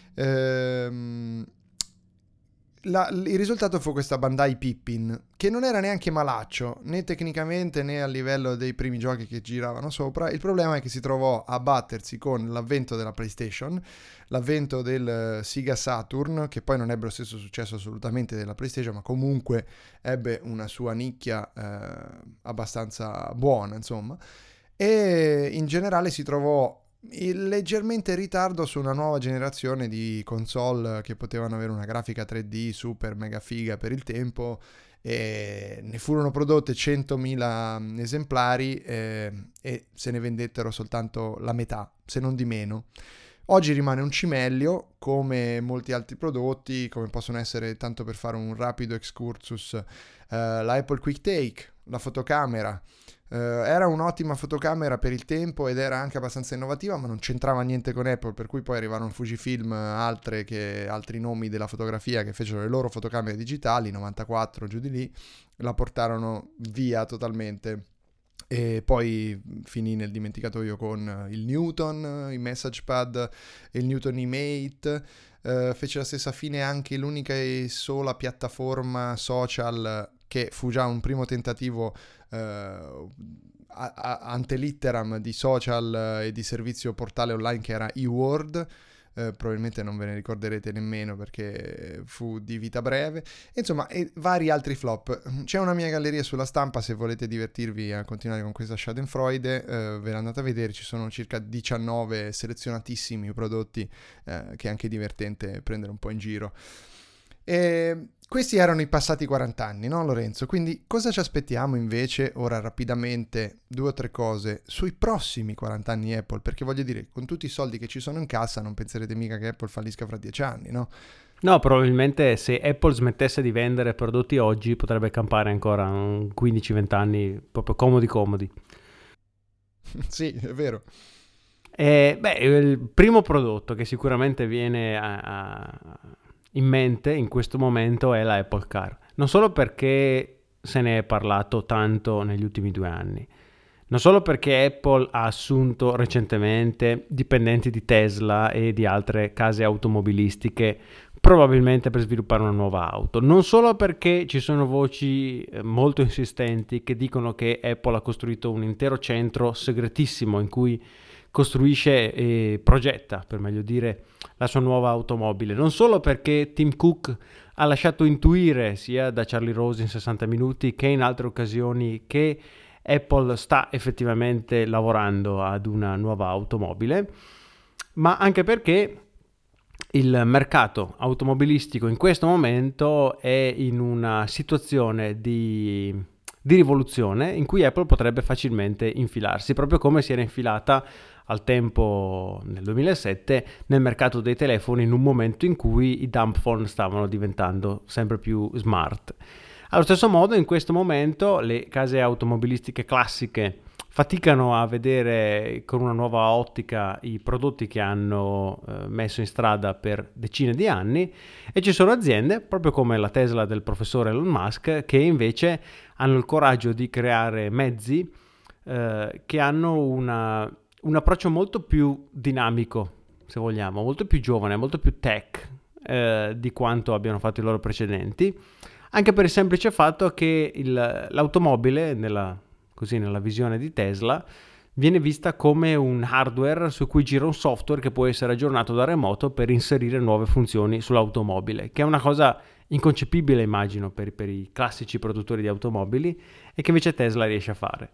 Il risultato fu questa Bandai Pippin, che non era neanche malaccio, né tecnicamente né a livello dei primi giochi che giravano sopra. Il problema è che si trovò a battersi con l'avvento della PlayStation, l'avvento del Sega Saturn, che poi non ebbe lo stesso successo assolutamente della PlayStation, ma comunque ebbe una sua nicchia abbastanza buona, insomma. E in generale si trovò leggermente in ritardo su una nuova generazione di console che potevano avere una grafica 3D super mega figa per il tempo, e ne furono prodotte 100.000 esemplari e se ne vendettero soltanto la metà, se non di meno. Oggi rimane un cimelio come molti altri prodotti, come possono essere, tanto per fare un rapido excursus, la Apple QuickTake, la fotocamera. Era un'ottima fotocamera per il tempo ed era anche abbastanza innovativa, ma non c'entrava niente con Apple, per cui poi arrivarono Fujifilm, altri nomi della fotografia che fecero le loro fotocamere digitali, 94 giù di lì, la portarono via totalmente. E poi finì nel dimenticatoio con il Newton, i MessagePad e il Newton eMate. Fece la stessa fine anche l'unica e sola piattaforma social che fu già un primo tentativo ante litteram di social e di servizio portale online, che era eWorld. Probabilmente non ve ne ricorderete nemmeno perché fu di vita breve. Insomma, e vari altri flop. C'è una mia galleria sulla stampa, se volete divertirvi a continuare con questa Schadenfreude, ve la andate a vedere. Ci sono circa 19 selezionatissimi prodotti che è anche divertente prendere un po' in giro. E questi erano i passati 40 anni, no Lorenzo? Quindi cosa ci aspettiamo invece, ora rapidamente, 2 o 3 cose, sui prossimi 40 anni Apple? Perché voglio dire, con tutti i soldi che ci sono in cassa non penserete mica che Apple fallisca fra 10 anni, no? No, probabilmente se Apple smettesse di vendere prodotti oggi potrebbe campare ancora 15-20 anni proprio comodi. Sì, è vero. Il primo prodotto che sicuramente viene in mente in questo momento è la Apple Car. Non solo perché se ne è parlato tanto negli ultimi 2 anni, non solo perché Apple ha assunto recentemente dipendenti di Tesla e di altre case automobilistiche, probabilmente per sviluppare una nuova auto, non solo perché ci sono voci molto insistenti che dicono che Apple ha costruito un intero centro segretissimo in cui costruisce e progetta, per meglio dire, la sua nuova automobile, non solo perché Tim Cook ha lasciato intuire sia da Charlie Rose in 60 minuti che in altre occasioni che Apple sta effettivamente lavorando ad una nuova automobile, ma anche perché il mercato automobilistico in questo momento è in una situazione di rivoluzione in cui Apple potrebbe facilmente infilarsi, proprio come si era infilata al tempo nel 2007 nel mercato dei telefoni, in un momento in cui i dumb phone stavano diventando sempre più smart. Allo stesso modo, in questo momento le case automobilistiche classiche faticano a vedere con una nuova ottica i prodotti che hanno messo in strada per decine di anni, e ci sono aziende, proprio come la Tesla del professore Elon Musk, che invece hanno il coraggio di creare mezzi che hanno un approccio molto più dinamico, se vogliamo, molto più giovane, molto più tech di quanto abbiano fatto i loro precedenti, anche per il semplice fatto che l'automobile, nella visione di Tesla, viene vista come un hardware su cui gira un software che può essere aggiornato da remoto per inserire nuove funzioni sull'automobile, che è una cosa inconcepibile, immagino, per i classici produttori di automobili, e che invece Tesla riesce a fare.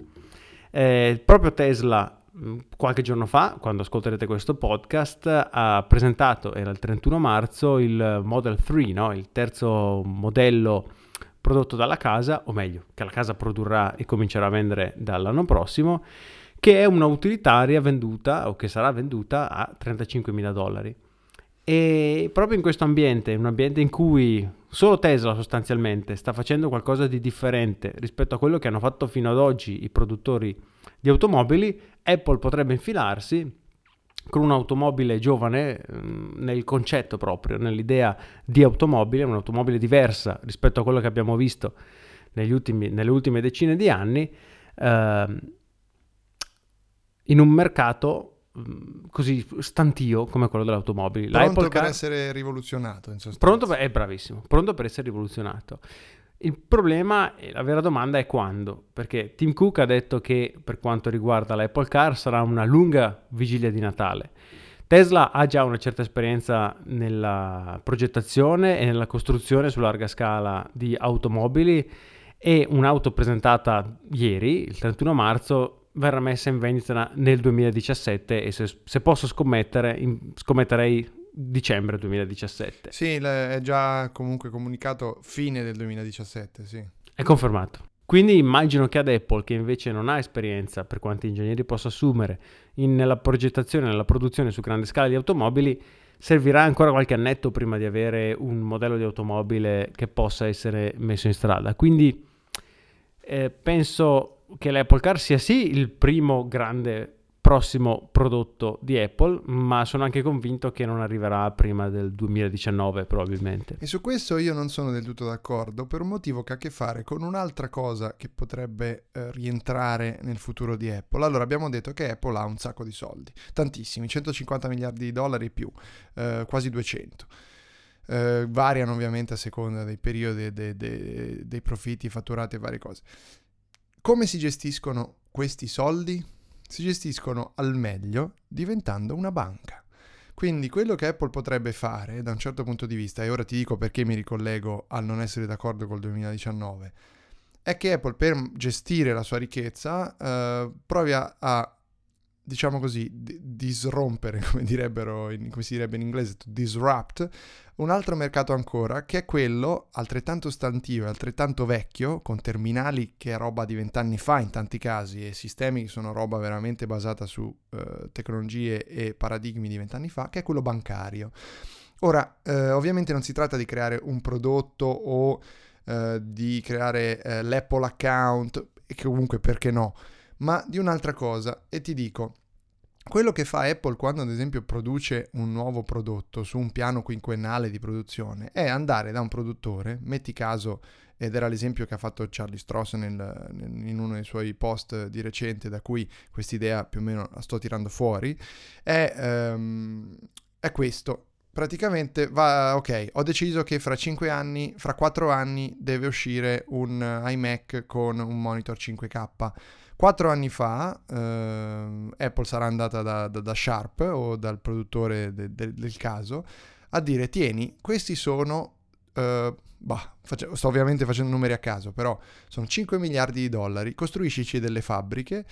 Proprio Tesla qualche giorno fa, quando ascolterete questo podcast, ha presentato, era il 31 marzo, il Model 3, no? Il terzo modello prodotto dalla casa, o meglio, che la casa produrrà e comincerà a vendere dall'anno prossimo, che è una utilitaria venduta, o che sarà venduta, a $35.000. E proprio in questo ambiente, un ambiente in cui solo Tesla sostanzialmente sta facendo qualcosa di differente rispetto a quello che hanno fatto fino ad oggi i produttori di automobili, Apple potrebbe infilarsi con un'automobile giovane nel concetto proprio, nell'idea di automobile, un'automobile diversa rispetto a quello che abbiamo visto nelle ultime decine di anni, in un mercato così stantio come quello delle automobili. Pronto per essere rivoluzionato, in sostanza. È bravissimo, pronto per essere rivoluzionato. Il problema, la vera domanda è quando, perché Tim Cook ha detto che per quanto riguarda l'Apple Car sarà una lunga vigilia di Natale. Tesla ha già una certa esperienza nella progettazione e nella costruzione su larga scala di automobili, e un'auto presentata ieri, il 31 marzo, verrà messa in vendita nel 2017, e se posso scommetterei dicembre 2017. Sì, è già comunque comunicato fine del 2017, sì. È confermato. Quindi immagino che ad Apple, che invece non ha esperienza, per quanti ingegneri possa assumere, nella progettazione e nella produzione su grande scala di automobili, servirà ancora qualche annetto prima di avere un modello di automobile che possa essere messo in strada. Quindi penso che l'Apple Car sia sì il primo grande prossimo prodotto di Apple, ma sono anche convinto che non arriverà prima del 2019 probabilmente. E su questo io non sono del tutto d'accordo, per un motivo che ha a che fare con un'altra cosa che potrebbe rientrare nel futuro di Apple. Allora, abbiamo detto che Apple ha un sacco di soldi, tantissimi, 150 miliardi di dollari e più, quasi 200. Variano ovviamente a seconda dei periodi dei profitti fatturati e varie cose. Come si gestiscono questi soldi? Si gestiscono al meglio diventando una banca. Quindi quello che Apple potrebbe fare da un certo punto di vista, e ora ti dico perché mi ricollego al non essere d'accordo col 2019, è che Apple per gestire la sua ricchezza provi a diciamo così, disrompere, come si direbbe in inglese, to disrupt, un altro mercato ancora, che è quello altrettanto stantivo e altrettanto vecchio, con terminali che è roba di 20 anni fa in tanti casi, e sistemi che sono roba veramente basata su tecnologie e paradigmi di 20 anni fa, che è quello bancario. Ora, ovviamente non si tratta di creare un prodotto o di creare l'Apple account, e che comunque perché no, ma di un'altra cosa. E ti dico, quello che fa Apple quando ad esempio produce un nuovo prodotto su un piano quinquennale di produzione è andare da un produttore, metti caso, ed era l'esempio che ha fatto Charlie Stross in uno dei suoi post di recente, da cui quest'idea più o meno la sto tirando fuori, è questo. Praticamente ok, ho deciso che fra 4 anni deve uscire un iMac con un monitor 5K. 4 anni fa Apple sarà andata da Sharp o dal produttore del caso a dire: tieni, questi sono, sto ovviamente facendo numeri a caso, però sono 5 miliardi di dollari, costruiscici delle fabbriche,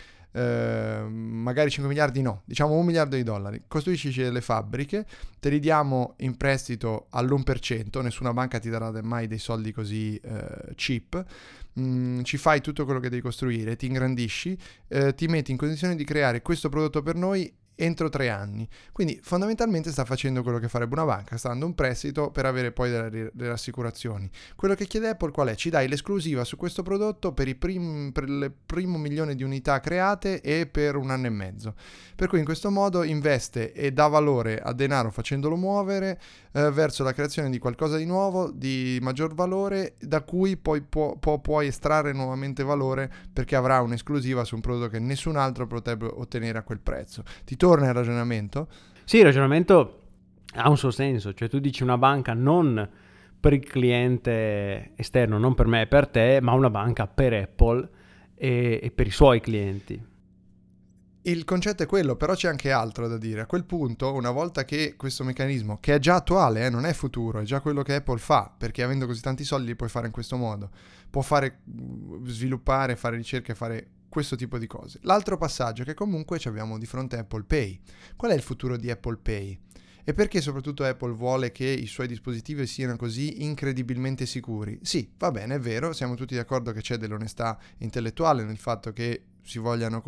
magari 5 miliardi no, diciamo 1 miliardo di dollari, costruiscici delle fabbriche, te li diamo in prestito all'1%, nessuna banca ti darà mai dei soldi così cheap. Ci fai tutto quello che devi costruire, ti ingrandisci, ti metti in condizione di creare questo prodotto per noi entro 3 anni. Quindi fondamentalmente sta facendo quello che farebbe una banca, sta dando un prestito per avere poi delle assicurazioni. Quello che chiede Apple qual è? Ci dai l'esclusiva su questo prodotto per il primo milione di unità create e per 1 anno e mezzo. Per cui in questo modo investe e dà valore a denaro facendolo muovere verso la creazione di qualcosa di nuovo, di maggior valore, da cui poi puoi estrarre nuovamente valore, perché avrà un'esclusiva su un prodotto che nessun altro potrebbe ottenere a quel prezzo. Ti torna il ragionamento? Sì, il ragionamento ha un suo senso, cioè tu dici una banca non per il cliente esterno, non per me e per te, ma una banca per Apple e per i suoi clienti. Il concetto è quello, però c'è anche altro da dire. A quel punto, una volta che questo meccanismo, che è già attuale, non è futuro, è già quello che Apple fa, perché avendo così tanti soldi li puoi fare in questo modo, può sviluppare, fare ricerche, fare questo tipo di cose. L'altro passaggio è che comunque abbiamo di fronte Apple Pay. Qual è il futuro di Apple Pay? E perché soprattutto Apple vuole che i suoi dispositivi siano così incredibilmente sicuri? Sì, va bene, è vero, siamo tutti d'accordo che c'è dell'onestà intellettuale nel fatto che si vogliano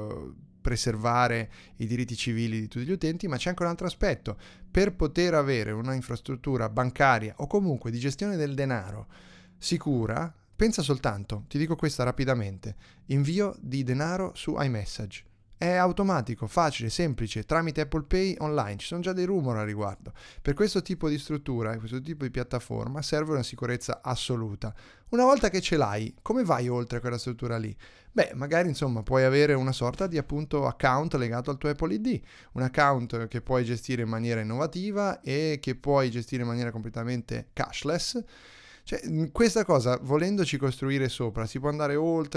preservare i diritti civili di tutti gli utenti, ma c'è anche un altro aspetto. Per poter avere una infrastruttura bancaria o comunque di gestione del denaro sicura, pensa soltanto, ti dico questa rapidamente, invio di denaro su iMessage. È automatico, facile, semplice, tramite Apple Pay online. Ci sono già dei rumor a riguardo. Per questo tipo di struttura e questo tipo di piattaforma serve una sicurezza assoluta. Una volta che ce l'hai, come vai oltre a quella struttura lì? Beh, magari insomma puoi avere una sorta di appunto account legato al tuo Apple ID, un account che puoi gestire in maniera innovativa e che puoi gestire in maniera completamente cashless. Cioè, questa cosa, volendoci costruire sopra, si può andare oltre.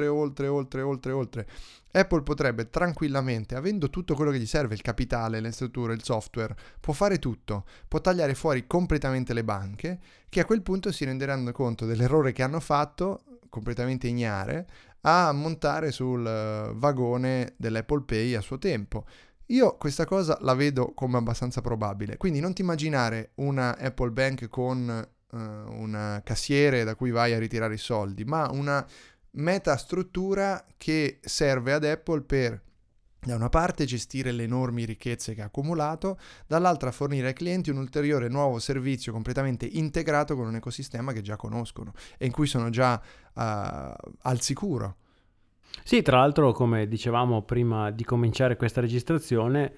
Apple potrebbe tranquillamente, avendo tutto quello che gli serve, il capitale, le strutture, il software, può fare tutto, può tagliare fuori completamente le banche, che a quel punto si renderanno conto dell'errore che hanno fatto, completamente ignare, a montare sul vagone dell'Apple Pay a suo tempo. Io questa cosa la vedo come abbastanza probabile, quindi non ti immaginare una Apple Bank con un cassiere da cui vai a ritirare i soldi, ma una metastruttura che serve ad Apple per, da una parte, gestire le enormi ricchezze che ha accumulato, dall'altra fornire ai clienti un ulteriore nuovo servizio completamente integrato con un ecosistema che già conoscono e in cui sono già al sicuro. Sì, tra l'altro, come dicevamo prima di cominciare questa registrazione,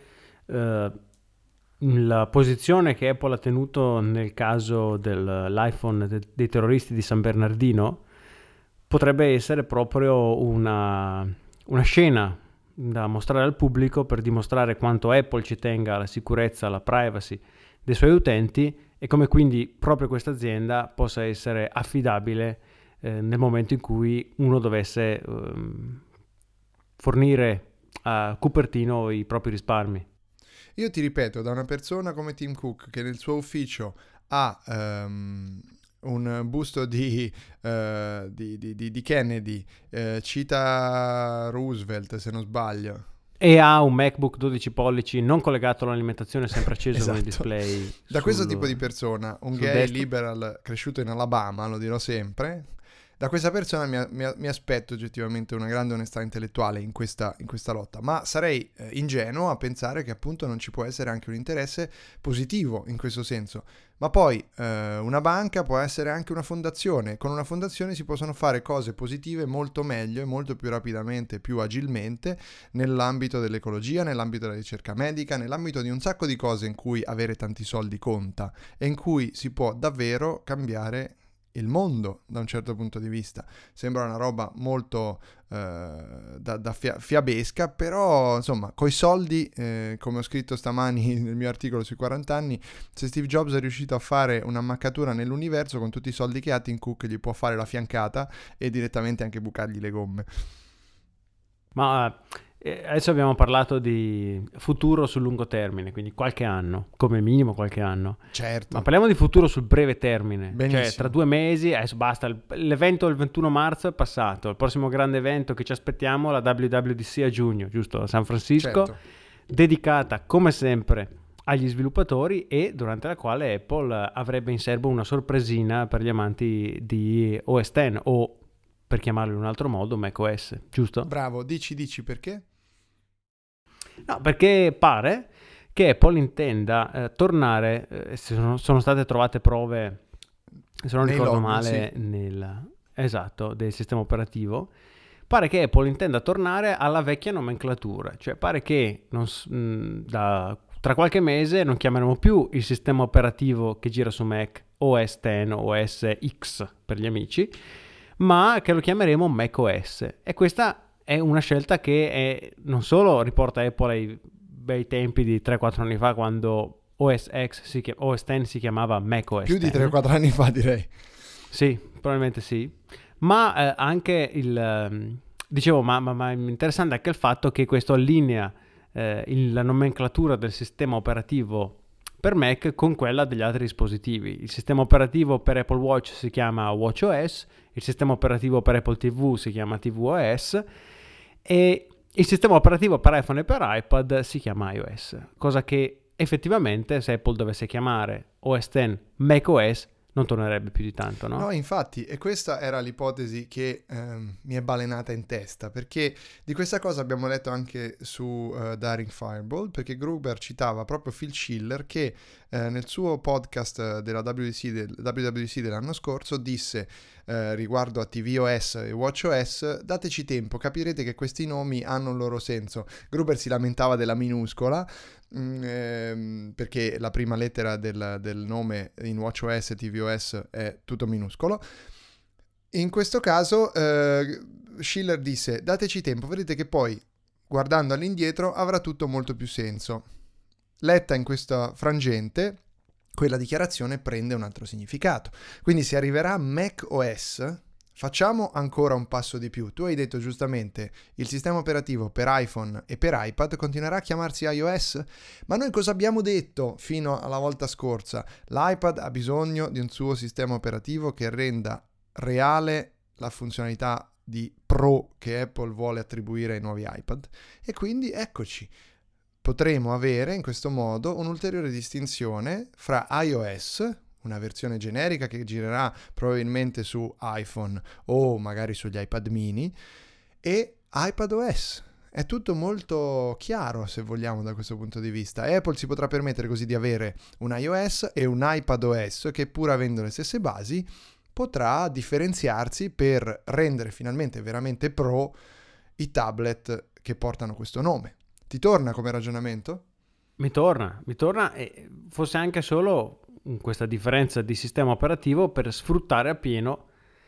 la posizione che Apple ha tenuto nel caso dell'iPhone dei terroristi di San Bernardino potrebbe essere proprio una scena da mostrare al pubblico per dimostrare quanto Apple ci tenga alla sicurezza, alla privacy dei suoi utenti e come quindi proprio questa azienda possa essere affidabile nel momento in cui uno dovesse fornire a Cupertino i propri risparmi. Io ti ripeto, da una persona come Tim Cook che nel suo ufficio ha un busto di Kennedy, cita Roosevelt se non sbaglio. E ha un MacBook 12 pollici non collegato all'alimentazione, sempre acceso con il Esatto. display. Da questo tipo di persona, un gay desktop. liberal cresciuto in Alabama, lo dirò sempre, da questa persona mi aspetto oggettivamente una grande onestà intellettuale in questa lotta, ma sarei ingenuo a pensare che appunto non ci può essere anche un interesse positivo in questo senso. Ma poi una banca può essere anche una fondazione, con una fondazione si possono fare cose positive molto meglio e molto più rapidamente, più agilmente nell'ambito dell'ecologia, nell'ambito della ricerca medica, nell'ambito di un sacco di cose in cui avere tanti soldi conta e in cui si può davvero cambiare il mondo da un certo punto di vista. Sembra una roba molto fiabesca, però insomma coi soldi, come ho scritto stamani nel mio articolo sui 40 anni, se Steve Jobs è riuscito a fare un'ammaccatura nell'universo con tutti i soldi che ha, Tim Cook gli può fare la fiancata e direttamente anche bucargli le gomme. Ma adesso abbiamo parlato di futuro sul lungo termine, quindi qualche anno, come minimo qualche anno. Certo. Ma parliamo di futuro sul breve termine. Benissimo. Cioè tra 2 mesi, adesso basta, l'evento del 21 marzo è passato, il prossimo grande evento che ci aspettiamo è la WWDC a giugno, giusto? A San Francisco, Certo. dedicata come sempre agli sviluppatori e durante la quale Apple avrebbe in serbo una sorpresina per gli amanti di OS X o, per chiamarlo in un altro modo, macOS, giusto? Bravo, dici perché? No, perché pare che Apple intenda tornare, sono state trovate prove, se non Nei ricordo log, male, sì. esatto, del sistema operativo. Pare che Apple intenda tornare alla vecchia nomenclatura, cioè pare che tra qualche mese non chiameremo più il sistema operativo che gira su Mac OS X o OS X per gli amici, ma che lo chiameremo macOS. E questa è una scelta che non solo riporta Apple ai bei tempi di 3-4 anni fa, quando OS X si chiamava macOS. Più di 3-4 anni fa, direi. Sì, probabilmente sì. Ma anche dicevo, ma è interessante anche il fatto che questo allinea la nomenclatura del sistema operativo per Mac con quella degli altri dispositivi. Il sistema operativo per Apple Watch si chiama watchOS, il sistema operativo per Apple TV si chiama tvOS e il sistema operativo per iPhone e per iPad si chiama iOS, cosa che effettivamente se Apple dovesse chiamare OS X macOS non tornerebbe più di tanto, no? No, infatti, e questa era l'ipotesi che mi è balenata in testa, perché di questa cosa abbiamo letto anche su Daring Fireball, perché Gruber citava proprio Phil Schiller che nel suo podcast della WWDC dell'anno scorso disse riguardo a tvOS e watchOS: dateci tempo, capirete che questi nomi hanno un loro senso. Gruber si lamentava della minuscola, perché la prima lettera del nome in watchOS e tvOS è tutto minuscolo. In questo caso Schiller disse: dateci tempo, vedete che poi guardando all'indietro avrà tutto molto più senso. Letta in questa frangente, quella dichiarazione prende un altro significato. Quindi se arriverà macOS, facciamo ancora un passo di più. Tu hai detto giustamente, il sistema operativo per iPhone e per iPad continuerà a chiamarsi iOS? Ma noi cosa abbiamo detto fino alla volta scorsa? L'iPad ha bisogno di un suo sistema operativo che renda reale la funzionalità di Pro che Apple vuole attribuire ai nuovi iPad. E quindi eccoci. Potremo avere in questo modo un'ulteriore distinzione fra iOS, una versione generica che girerà probabilmente su iPhone o magari sugli iPad mini, e iPadOS. È tutto molto chiaro, se vogliamo, da questo punto di vista. Apple si potrà permettere così di avere un iOS e un iPadOS che, pur avendo le stesse basi, potrà differenziarsi per rendere finalmente veramente pro i tablet che portano questo nome. Ti torna come ragionamento? Mi torna, e forse anche solo questa differenza di sistema operativo per sfruttare appieno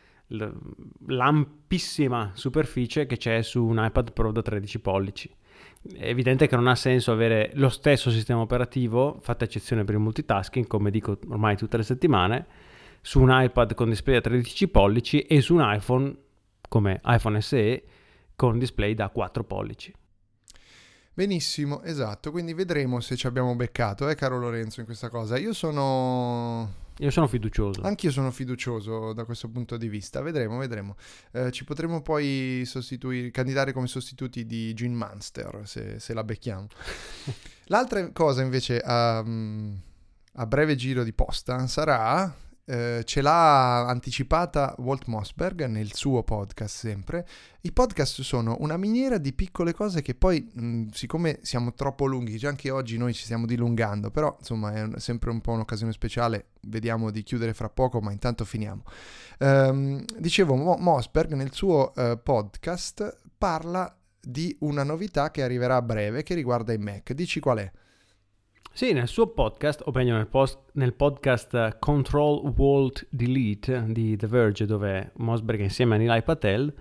l'ampissima superficie che c'è su un iPad Pro da 13 pollici. È evidente che non ha senso avere lo stesso sistema operativo, fatta eccezione per il multitasking, come dico ormai tutte le settimane, su un iPad con display da 13 pollici e su un iPhone come iPhone SE con display da 4 pollici. Benissimo, esatto, quindi vedremo se ci abbiamo beccato, caro Lorenzo, in questa cosa. Io sono fiducioso. Anch'io sono fiducioso da questo punto di vista, vedremo. Ci potremo poi candidare come sostituti di Gene Munster, se la becchiamo. L'altra cosa invece a breve giro di posta sarà... ce l'ha anticipata Walt Mossberg nel suo podcast sempre. I podcast sono una miniera di piccole cose che poi, siccome siamo troppo lunghi, già anche oggi noi ci stiamo dilungando, però insomma è sempre un po' un'occasione speciale, vediamo di chiudere fra poco, ma intanto finiamo. Dicevo, Mossberg nel suo podcast parla di una novità che arriverà a breve che riguarda i Mac. Dici qual è? Sì, nel suo podcast, o meglio nel podcast Control Alt Delete di The Verge, dove Mossberg è insieme a Nilay Patel,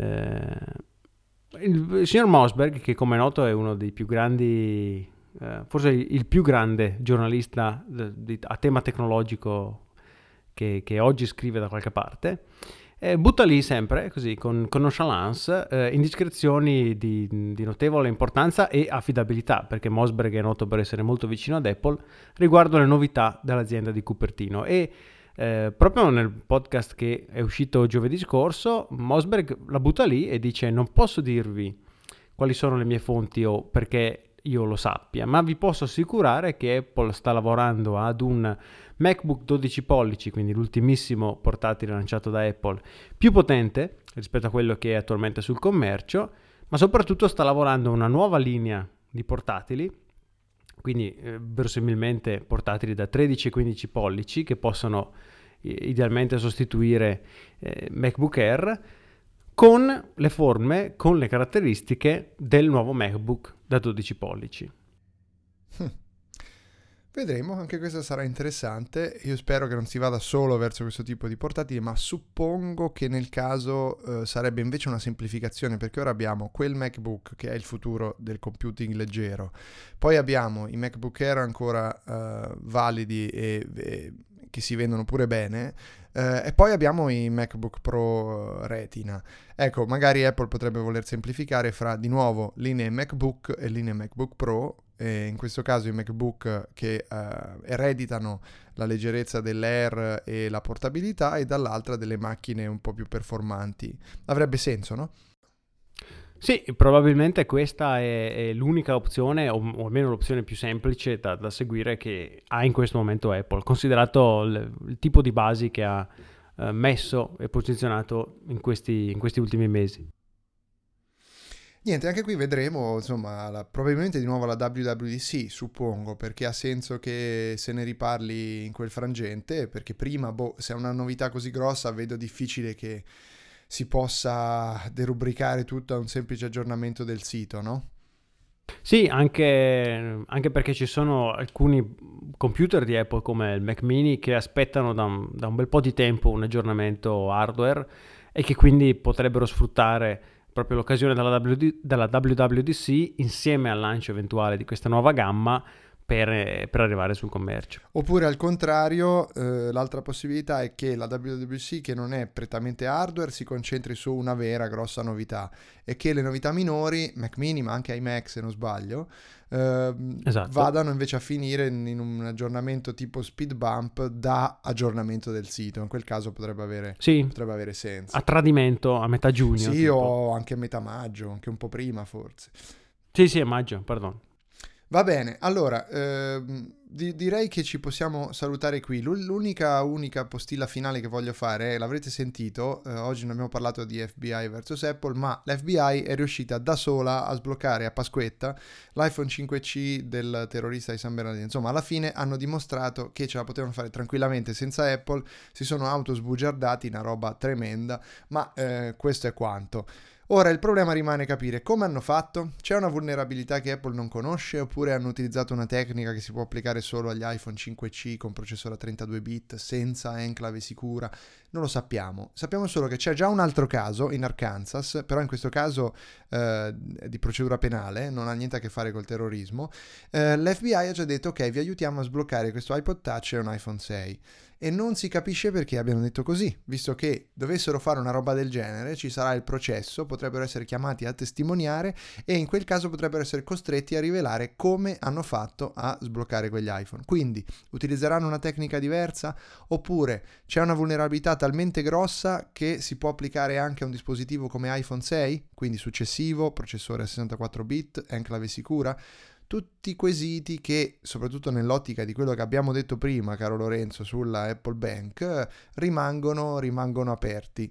il signor Mossberg, che come è noto è uno dei più grandi, forse il più grande giornalista a tema tecnologico che oggi scrive da qualche parte, butta lì sempre così con nonchalance indiscrezioni di notevole importanza e affidabilità, perché Mossberg è noto per essere molto vicino ad Apple riguardo le novità dell'azienda di Cupertino. E proprio nel podcast che è uscito giovedì scorso, Mossberg la butta lì e dice: non posso dirvi quali sono le mie fonti o perché io lo sappia, ma vi posso assicurare che Apple sta lavorando ad un MacBook 12 pollici, quindi l'ultimissimo portatile lanciato da Apple, più potente rispetto a quello che è attualmente sul commercio, ma soprattutto sta lavorando una nuova linea di portatili, quindi verosimilmente portatili da 13 e 15 pollici che possono idealmente sostituire MacBook Air, con le forme, con le caratteristiche del nuovo MacBook da 12 pollici. Vedremo, anche questo sarà interessante. Io spero che non si vada solo verso questo tipo di portatili, ma suppongo che nel caso sarebbe invece una semplificazione, perché ora abbiamo quel MacBook che è il futuro del computing leggero, poi abbiamo i MacBook Air ancora validi e che si vendono pure bene, e poi abbiamo i MacBook Pro Retina. Ecco, magari Apple potrebbe voler semplificare fra di nuovo linee MacBook e linee MacBook Pro, e in questo caso i MacBook che ereditano la leggerezza dell'Air e la portabilità, e dall'altra delle macchine un po' più performanti. Avrebbe senso, no? Sì, probabilmente questa è l'unica opzione, o almeno l'opzione più semplice da seguire che ha in questo momento Apple, considerato il tipo di basi che ha messo e posizionato in questi ultimi mesi. Niente, anche qui vedremo, insomma, probabilmente di nuovo la WWDC, suppongo, perché ha senso che se ne riparli in quel frangente, perché prima, se è una novità così grossa, vedo difficile che si possa derubricare tutto a un semplice aggiornamento del sito, no? Sì, anche perché ci sono alcuni computer di Apple come il Mac Mini che aspettano da un bel po' di tempo un aggiornamento hardware e che quindi potrebbero sfruttare proprio l'occasione della WWDC insieme al lancio eventuale di questa nuova gamma per arrivare sul commercio. Oppure al contrario, l'altra possibilità è che la WWDC, che non è prettamente hardware, si concentri su una vera grossa novità, e che le novità minori, Mac Mini ma anche iMac se non sbaglio, esatto, vadano invece a finire in un aggiornamento tipo speed bump da aggiornamento del sito. In quel caso potrebbe avere senso. A tradimento, a metà giugno. Sì, o anche a metà maggio, anche un po' prima forse. Sì, a maggio, perdono. Va bene, allora, direi che ci possiamo salutare qui. L'unica postilla finale che voglio fare è, l'avrete sentito, oggi non abbiamo parlato di FBI versus Apple, ma l'FBI è riuscita da sola a sbloccare a Pasquetta l'iPhone 5C del terrorista di San Bernardino. Insomma, alla fine hanno dimostrato che ce la potevano fare tranquillamente senza Apple, si sono autosbugiardati, una roba tremenda, ma questo è quanto. Ora il problema rimane capire come hanno fatto. C'è una vulnerabilità che Apple non conosce, oppure hanno utilizzato una tecnica che si può applicare solo agli iPhone 5C con processore a 32 bit senza enclave sicura? Non lo sappiamo. Sappiamo solo che c'è già un altro caso in Arkansas, però in questo caso di procedura penale, non ha niente a che fare col terrorismo. L'FBI ha già detto: ok, vi aiutiamo a sbloccare questo iPod Touch e un iPhone 6. E non si capisce perché abbiano detto così, visto che dovessero fare una roba del genere, ci sarà il processo, potrebbero essere chiamati a testimoniare e in quel caso potrebbero essere costretti a rivelare come hanno fatto a sbloccare quegli iPhone. Quindi utilizzeranno una tecnica diversa, oppure c'è una vulnerabilità talmente grossa che si può applicare anche a un dispositivo come iPhone 6, quindi successivo, processore a 64 bit, enclave sicura. Tutti quesiti che, soprattutto nell'ottica di quello che abbiamo detto prima, caro Lorenzo, sulla Apple Bank, rimangono aperti.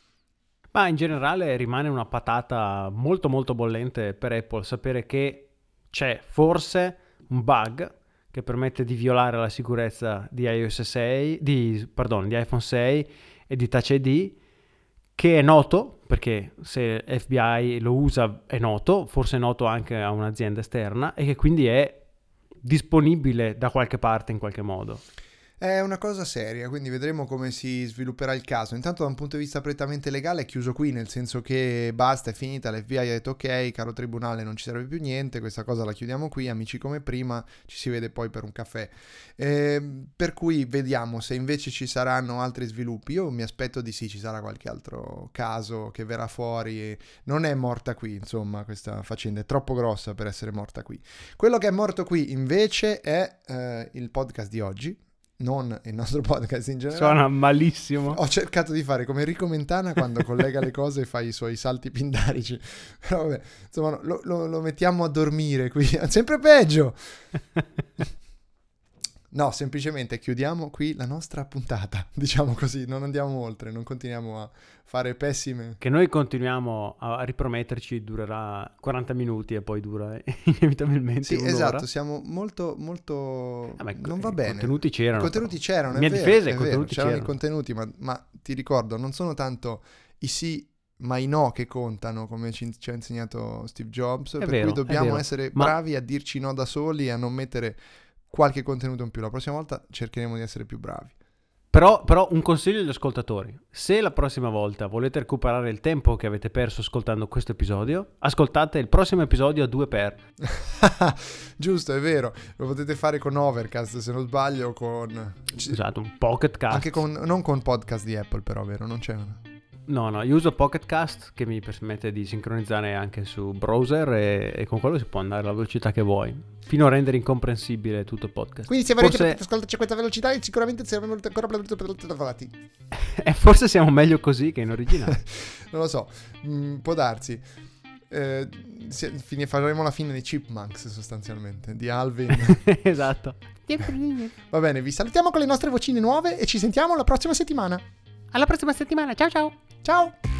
Ma in generale rimane una patata molto molto bollente per Apple sapere che c'è forse un bug che permette di violare la sicurezza di iOS 6, di iPhone 6 e di Touch ID, che è noto, perché se FBI lo usa è noto, forse è noto anche a un'azienda esterna, e che quindi è disponibile da qualche parte in qualche modo. È una cosa seria, quindi vedremo come si svilupperà il caso. Intanto da un punto di vista prettamente legale è chiuso qui, nel senso che basta, è finita, l'FBI ha detto ok, caro tribunale, non ci serve più niente, questa cosa la chiudiamo qui, amici come prima, ci si vede poi per un caffè. Per cui vediamo se invece ci saranno altri sviluppi. Io mi aspetto di sì, ci sarà qualche altro caso che verrà fuori. Non è morta qui, insomma, questa faccenda è troppo grossa per essere morta qui. Quello che è morto qui invece è il podcast di oggi, non il nostro podcast in generale. Suona malissimo. Ho cercato di fare come Enrico Mentana quando collega le cose e fa i suoi salti pindarici. Però vabbè, insomma, lo mettiamo a dormire qui. Sempre peggio. No, semplicemente chiudiamo qui la nostra puntata, diciamo così, non andiamo oltre, non continuiamo a fare pessime. Che noi continuiamo a riprometterci durerà 40 minuti e poi dura inevitabilmente un'ora. Esatto, siamo molto non va bene. I contenuti c'erano. I contenuti c'erano, Mia difesa, i contenuti c'erano. I contenuti, ma ti ricordo, non sono tanto i sì ma i no che contano, come ci ha insegnato Steve Jobs, cui dobbiamo essere bravi a dirci no da soli e a non mettere qualche contenuto in più. La prossima volta cercheremo di essere più bravi. Però un consiglio agli ascoltatori: se la prossima volta volete recuperare il tempo che avete perso ascoltando questo episodio, ascoltate il prossimo episodio a 2x. Giusto, è vero, lo potete fare con Overcast se non sbaglio, con esatto, un Pocket Cast, anche non con podcast di Apple, però, vero, non c'è una. No, io uso Pocket Cast che mi permette di sincronizzare anche su browser e con quello si può andare alla velocità che vuoi, fino a rendere incomprensibile tutto il podcast. Quindi se volete ascoltarci a questa velocità sicuramente saremo ancora più avanti. Forse siamo meglio così che in originale. Non lo so, può darsi. Faremo la fine dei Chipmunks sostanzialmente, di Alvin. Esatto. Va bene, vi salutiamo con le nostre vocine nuove e ci sentiamo la prossima settimana. Alla prossima settimana, ciao ciao. Ciao.